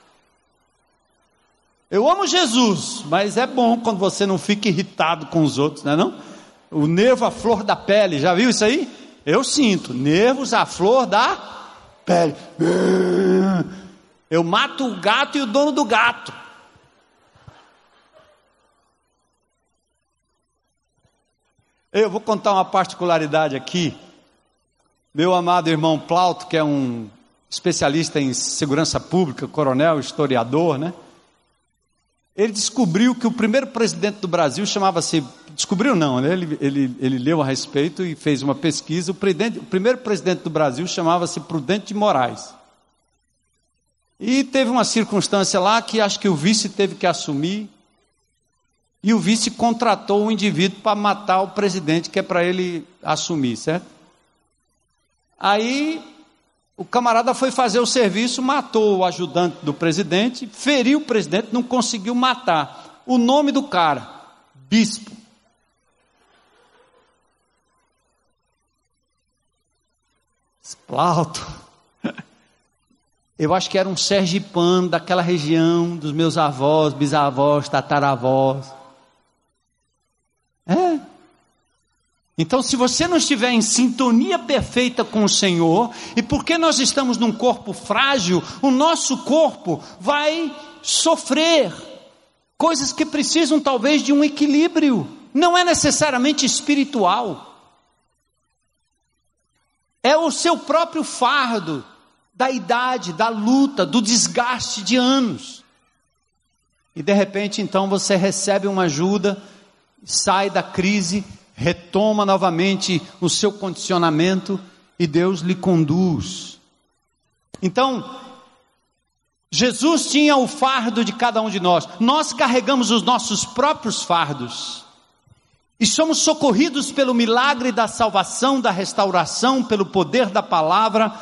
Eu amo Jesus, mas é bom quando você não fica irritado com os outros, não é não? O nervo à flor da pele, já viu isso aí? Eu sinto, nervos à flor da pele. Eu mato o gato e o dono do gato. Eu vou contar uma particularidade aqui. Meu amado irmão Plauto, que é um especialista em segurança pública, coronel, historiador, né? Ele descobriu que o primeiro presidente do Brasil chamava-se... Descobriu não, né? Ele leu a respeito e fez uma pesquisa. O primeiro presidente do Brasil chamava-se Prudente de Moraes. E teve uma circunstância lá que acho que o vice teve que assumir. E o vice contratou um indivíduo para matar o presidente, que é para ele assumir, certo? Aí o camarada foi fazer o serviço, matou o ajudante do presidente, feriu o presidente, não conseguiu matar. O nome do cara: Bispo. Plauto. Eu acho que era um sergipano daquela região, dos meus avós, bisavós, tataravós. Então, se você não estiver em sintonia perfeita com o Senhor, e porque nós estamos num corpo frágil, o nosso corpo vai sofrer coisas que precisam talvez de um equilíbrio. Não é necessariamente espiritual. É o seu próprio fardo da idade, da luta, do desgaste de anos. E de repente então você recebe uma ajuda, sai da crise, retoma novamente o seu condicionamento e Deus lhe conduz. Então, Jesus tinha o fardo de cada um de nós. Nós carregamos os nossos próprios fardos. E somos socorridos pelo milagre da salvação, da restauração, pelo poder da palavra.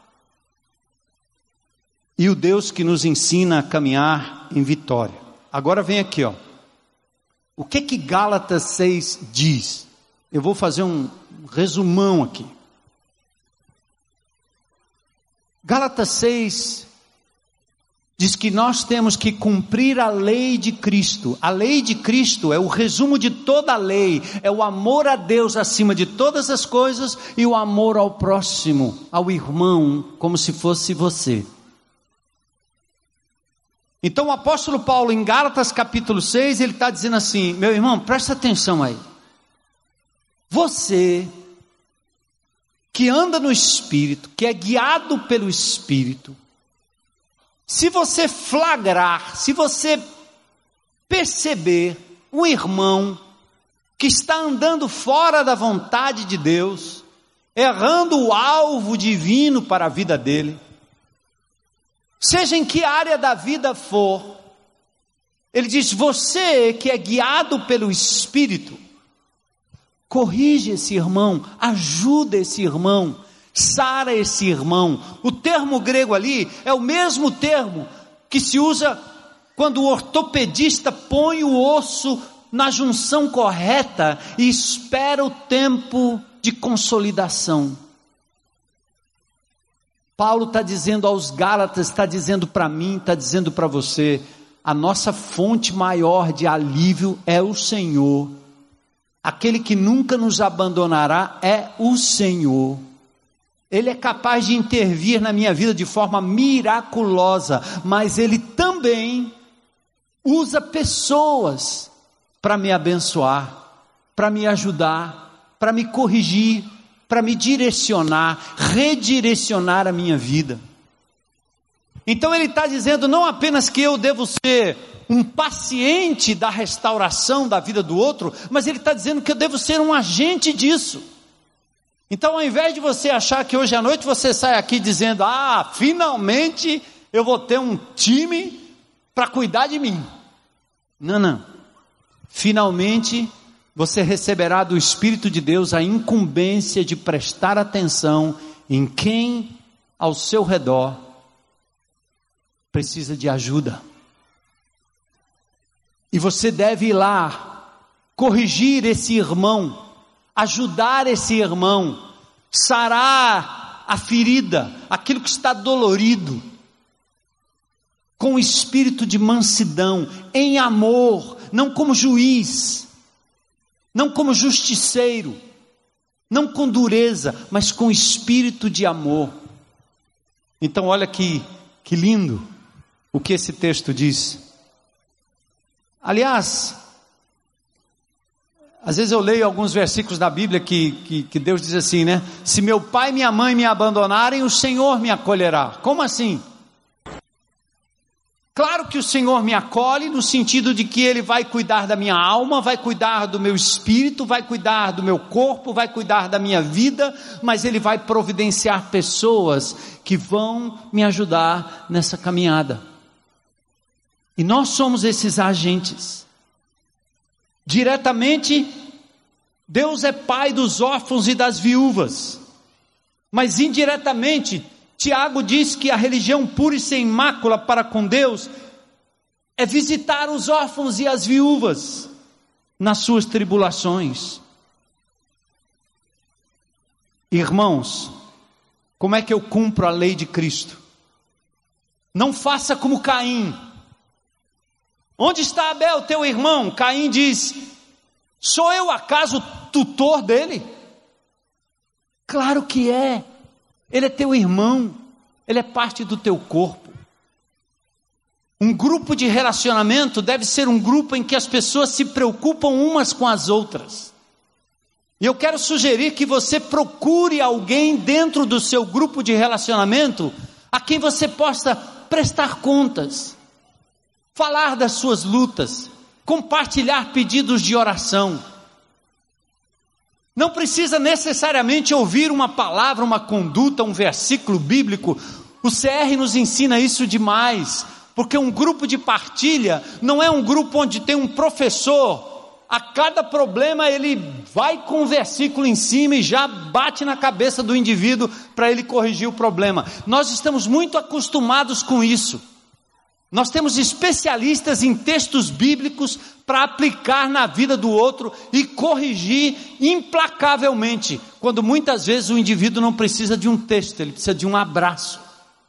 E o Deus que nos ensina a caminhar em vitória. Agora vem aqui, ó. O que Gálatas 6 diz? Eu vou fazer um resumão aqui. Gálatas 6 diz que nós temos que cumprir a lei de Cristo. A lei de Cristo é o resumo de toda a lei. É o amor a Deus acima de todas as coisas e o amor ao próximo, ao irmão, como se fosse você. Então o apóstolo Paulo, em Gálatas capítulo 6, ele está dizendo assim: meu irmão, presta atenção aí. Você que anda no Espírito, que é guiado pelo Espírito, se você flagrar, se você perceber um irmão que está andando fora da vontade de Deus, errando o alvo divino para a vida dele, seja em que área da vida for, ele diz: você que é guiado pelo Espírito, corrige esse irmão, ajuda esse irmão, sara esse irmão. O termo grego ali é o mesmo termo que se usa quando o ortopedista põe o osso na junção correta e espera o tempo de consolidação. Paulo está dizendo aos Gálatas, está dizendo para mim, está dizendo para você: a nossa fonte maior de alívio é o Senhor. aquele que nunca nos abandonará é o Senhor. Ele é capaz de intervir na minha vida de forma miraculosa, mas Ele também usa pessoas para me abençoar, para me ajudar, para me corrigir, para me direcionar, redirecionar a minha vida. Então Ele está dizendo não apenas que eu devo ser um paciente da restauração da vida do outro, mas Ele está dizendo que eu devo ser um agente disso. Então, ao invés de você achar que hoje à noite você sai aqui dizendo, finalmente eu vou ter um time para cuidar de mim. Não. Finalmente você receberá do Espírito de Deus a incumbência de prestar atenção em quem ao seu redor precisa de ajuda. E você deve ir lá, corrigir esse irmão, ajudar esse irmão, sarar a ferida, aquilo que está dolorido, com espírito de mansidão, em amor, não como juiz, não como justiceiro, não com dureza, mas com espírito de amor. Então olha que lindo o que esse texto diz. Aliás, às vezes eu leio alguns versículos da Bíblia que Deus diz assim, né? Se meu pai e minha mãe me abandonarem, o Senhor me acolherá. Como assim? Claro que o Senhor me acolhe no sentido de que Ele vai cuidar da minha alma, vai cuidar do meu espírito, vai cuidar do meu corpo, vai cuidar da minha vida, mas Ele vai providenciar pessoas que vão me ajudar nessa caminhada. E nós somos esses agentes. Diretamente, Deus é pai dos órfãos e das viúvas, mas indiretamente, Tiago diz que a religião pura e sem mácula para com Deus é visitar os órfãos e as viúvas nas suas tribulações. Irmãos, como é que eu cumpro a lei de Cristo? Não faça como Caim. Onde está Abel, teu irmão? Caim diz, sou eu acaso tutor dele? Claro que é. Ele é teu irmão, ele é parte do teu corpo. Um grupo de relacionamento deve ser um grupo em que as pessoas se preocupam umas com as outras. E eu quero sugerir que você procure alguém dentro do seu grupo de relacionamento a quem você possa prestar contas, falar das suas lutas, compartilhar pedidos de oração. Não precisa necessariamente ouvir uma palavra, uma conduta, um versículo bíblico. O CR nos ensina isso demais, porque um grupo de partilha não é um grupo onde tem um professor, a cada problema ele vai com um versículo em cima e já bate na cabeça do indivíduo para ele corrigir o problema. Nós estamos muito acostumados com isso. Nós temos especialistas em textos bíblicos para aplicar na vida do outro e corrigir implacavelmente, quando muitas vezes o indivíduo não precisa de um texto, ele precisa de um abraço.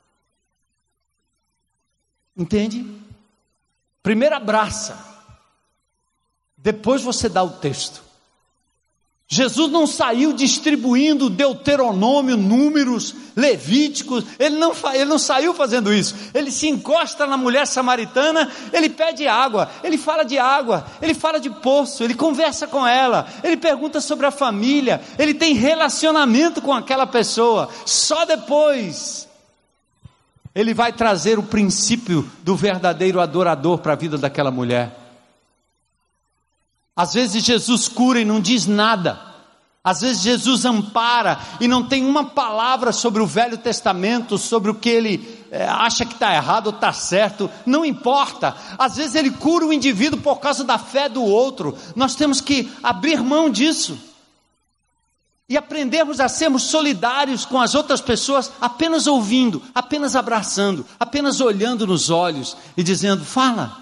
Entende? Primeiro abraça, depois você dá o texto. Jesus não saiu distribuindo Deuteronômio, Números, Levíticos, ele não saiu fazendo isso. Ele se encosta na mulher samaritana, ele pede água, ele fala de poço, ele conversa com ela, ele pergunta sobre a família, ele tem relacionamento com aquela pessoa. Só depois ele vai trazer o princípio do verdadeiro adorador para a vida daquela mulher. Às vezes Jesus cura e não diz nada. Às vezes Jesus ampara e não tem uma palavra sobre o Velho Testamento, sobre o que ele acha que está errado ou está certo. Não importa. Às vezes ele cura o indivíduo por causa da fé do outro. Nós temos que abrir mão disso e aprendermos a sermos solidários com as outras pessoas, apenas ouvindo, apenas abraçando, apenas olhando nos olhos e dizendo, fala.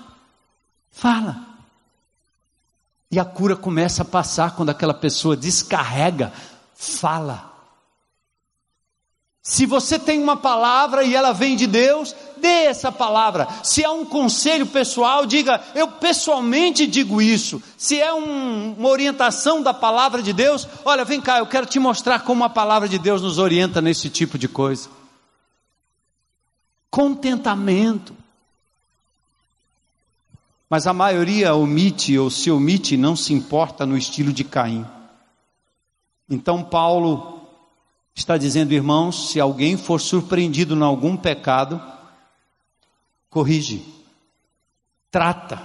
E a cura começa a passar quando aquela pessoa descarrega, fala. Se você tem uma palavra e ela vem de Deus, dê essa palavra. Se é um conselho pessoal, diga: eu pessoalmente digo isso. Se é uma orientação da palavra de Deus, olha, vem cá, eu quero te mostrar como a palavra de Deus nos orienta nesse tipo de coisa. Contentamento. Mas a maioria omite ou se omite, não se importa no estilo de Caim. Então Paulo está dizendo: irmãos, se alguém for surpreendido em algum pecado, corrige, trata.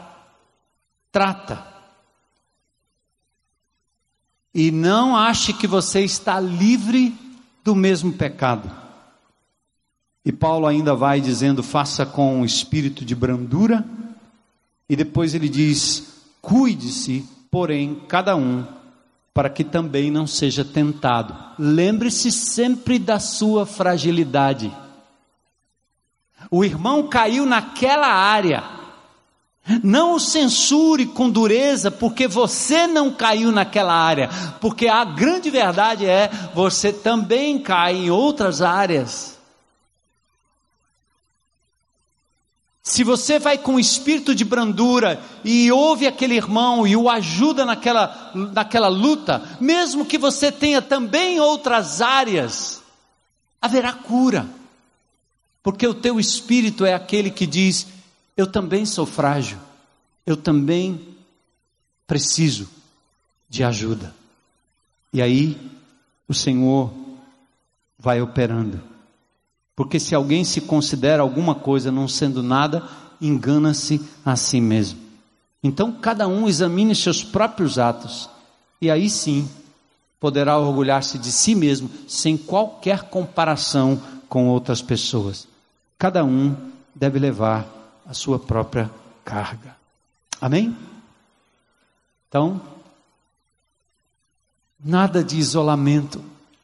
E não ache que você está livre do mesmo pecado. E Paulo ainda vai dizendo: faça com um espírito de brandura. E depois ele diz: cuide-se, porém, cada um, para que também não seja tentado. Lembre-se sempre da sua fragilidade. O irmão caiu naquela área. Não o censure com dureza, porque você não caiu naquela área. Porque a grande verdade é: você também cai em outras áreas. Se você vai com espírito de brandura e ouve aquele irmão e o ajuda naquela luta, mesmo que você tenha também outras áreas, haverá cura. Porque o teu espírito é aquele que diz: eu também sou frágil, eu também preciso de ajuda. E aí o Senhor vai operando. Porque se alguém se considera alguma coisa não sendo nada, engana-se a si mesmo. Então cada um examine seus próprios atos, e aí sim poderá orgulhar-se de si mesmo, sem qualquer comparação com outras pessoas. Cada um deve levar a sua própria carga. Amém? Então, nada de isolamento.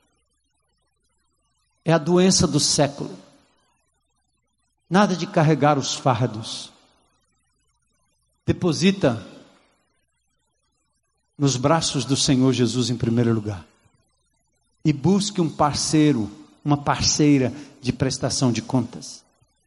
É a doença do século. Nada de carregar os fardos. Deposita nos braços do Senhor Jesus em primeiro lugar. E busque um parceiro, uma parceira de prestação de contas.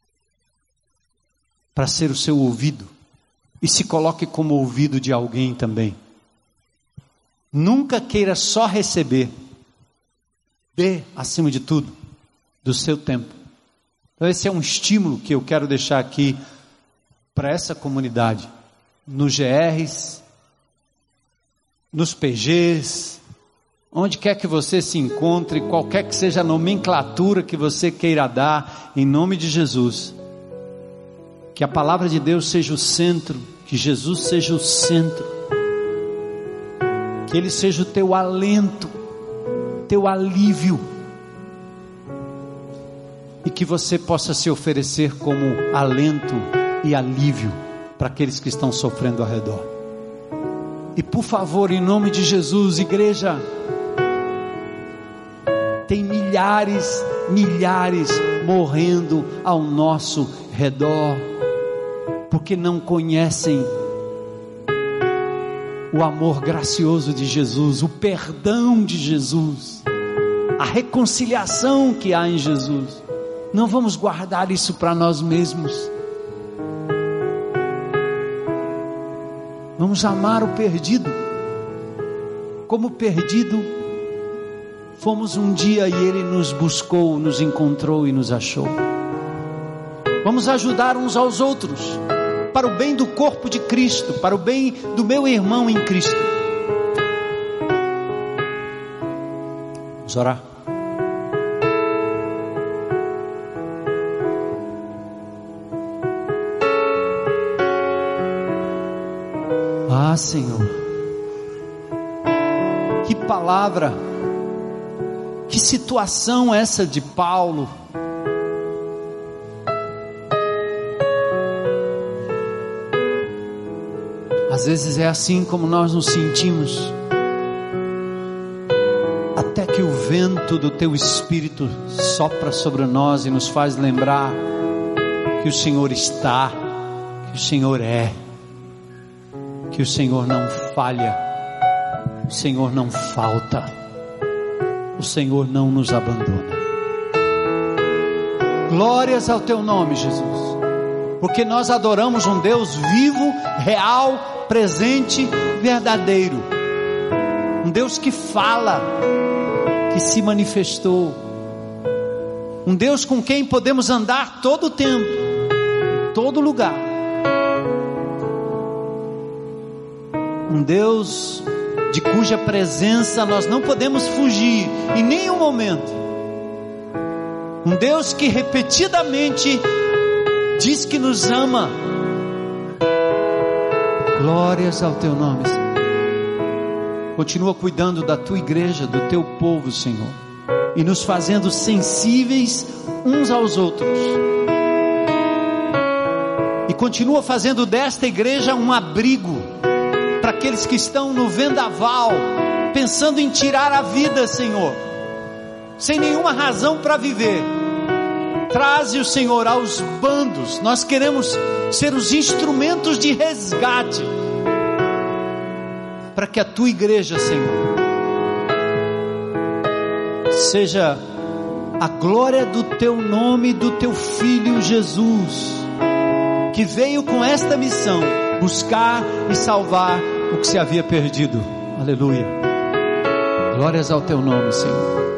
Para ser o seu ouvido. E se coloque como ouvido de alguém também. Nunca queira só receber. Dê, acima de tudo, do seu tempo. Então esse é um estímulo que eu quero deixar aqui para essa comunidade, nos GRs, nos PGs, onde quer que você se encontre, qualquer que seja a nomenclatura que você queira dar, em nome de Jesus, que a palavra de Deus seja o centro, que Jesus seja o centro, que Ele seja o teu alento, teu alívio, e que você possa se oferecer como alento e alívio para aqueles que estão sofrendo ao redor. E por favor, em nome de Jesus, igreja, tem milhares morrendo ao nosso redor, porque não conhecem o amor gracioso de Jesus, o perdão de Jesus, a reconciliação que há em Jesus. Não vamos guardar isso para nós mesmos. Vamos amar o perdido. Como perdido fomos um dia e Ele nos buscou, nos encontrou e nos achou. Vamos ajudar uns aos outros, para o bem do corpo de Cristo, para o bem do meu irmão em Cristo. Vamos orar. Ah, Senhor, que palavra, que situação essa de Paulo. Às vezes é assim como nós nos sentimos, até que o vento do Teu Espírito sopra sobre nós e nos faz lembrar que o Senhor está, que o Senhor é, que o Senhor não falha, o Senhor não falta, o Senhor não nos abandona. Glórias ao teu nome, Jesus, porque nós adoramos um Deus vivo, real, presente, verdadeiro, um Deus que fala, que se manifestou, um Deus com quem podemos andar todo o tempo, todo lugar, um Deus de cuja presença nós não podemos fugir em nenhum momento, um Deus que repetidamente diz que nos ama. Glórias ao teu nome, Senhor. Continua cuidando da tua igreja, do teu povo, Senhor, e nos fazendo sensíveis uns aos outros, e continua fazendo desta igreja um abrigo para aqueles que estão no vendaval, pensando em tirar a vida, Senhor, sem nenhuma razão para viver. Traze o Senhor aos bandos. Nós queremos ser os instrumentos de resgate, para que a tua igreja, Senhor, seja a glória do teu nome, do teu Filho Jesus, que veio com esta missão, buscar e salvar o que se havia perdido. Aleluia. Glórias ao teu nome, Senhor.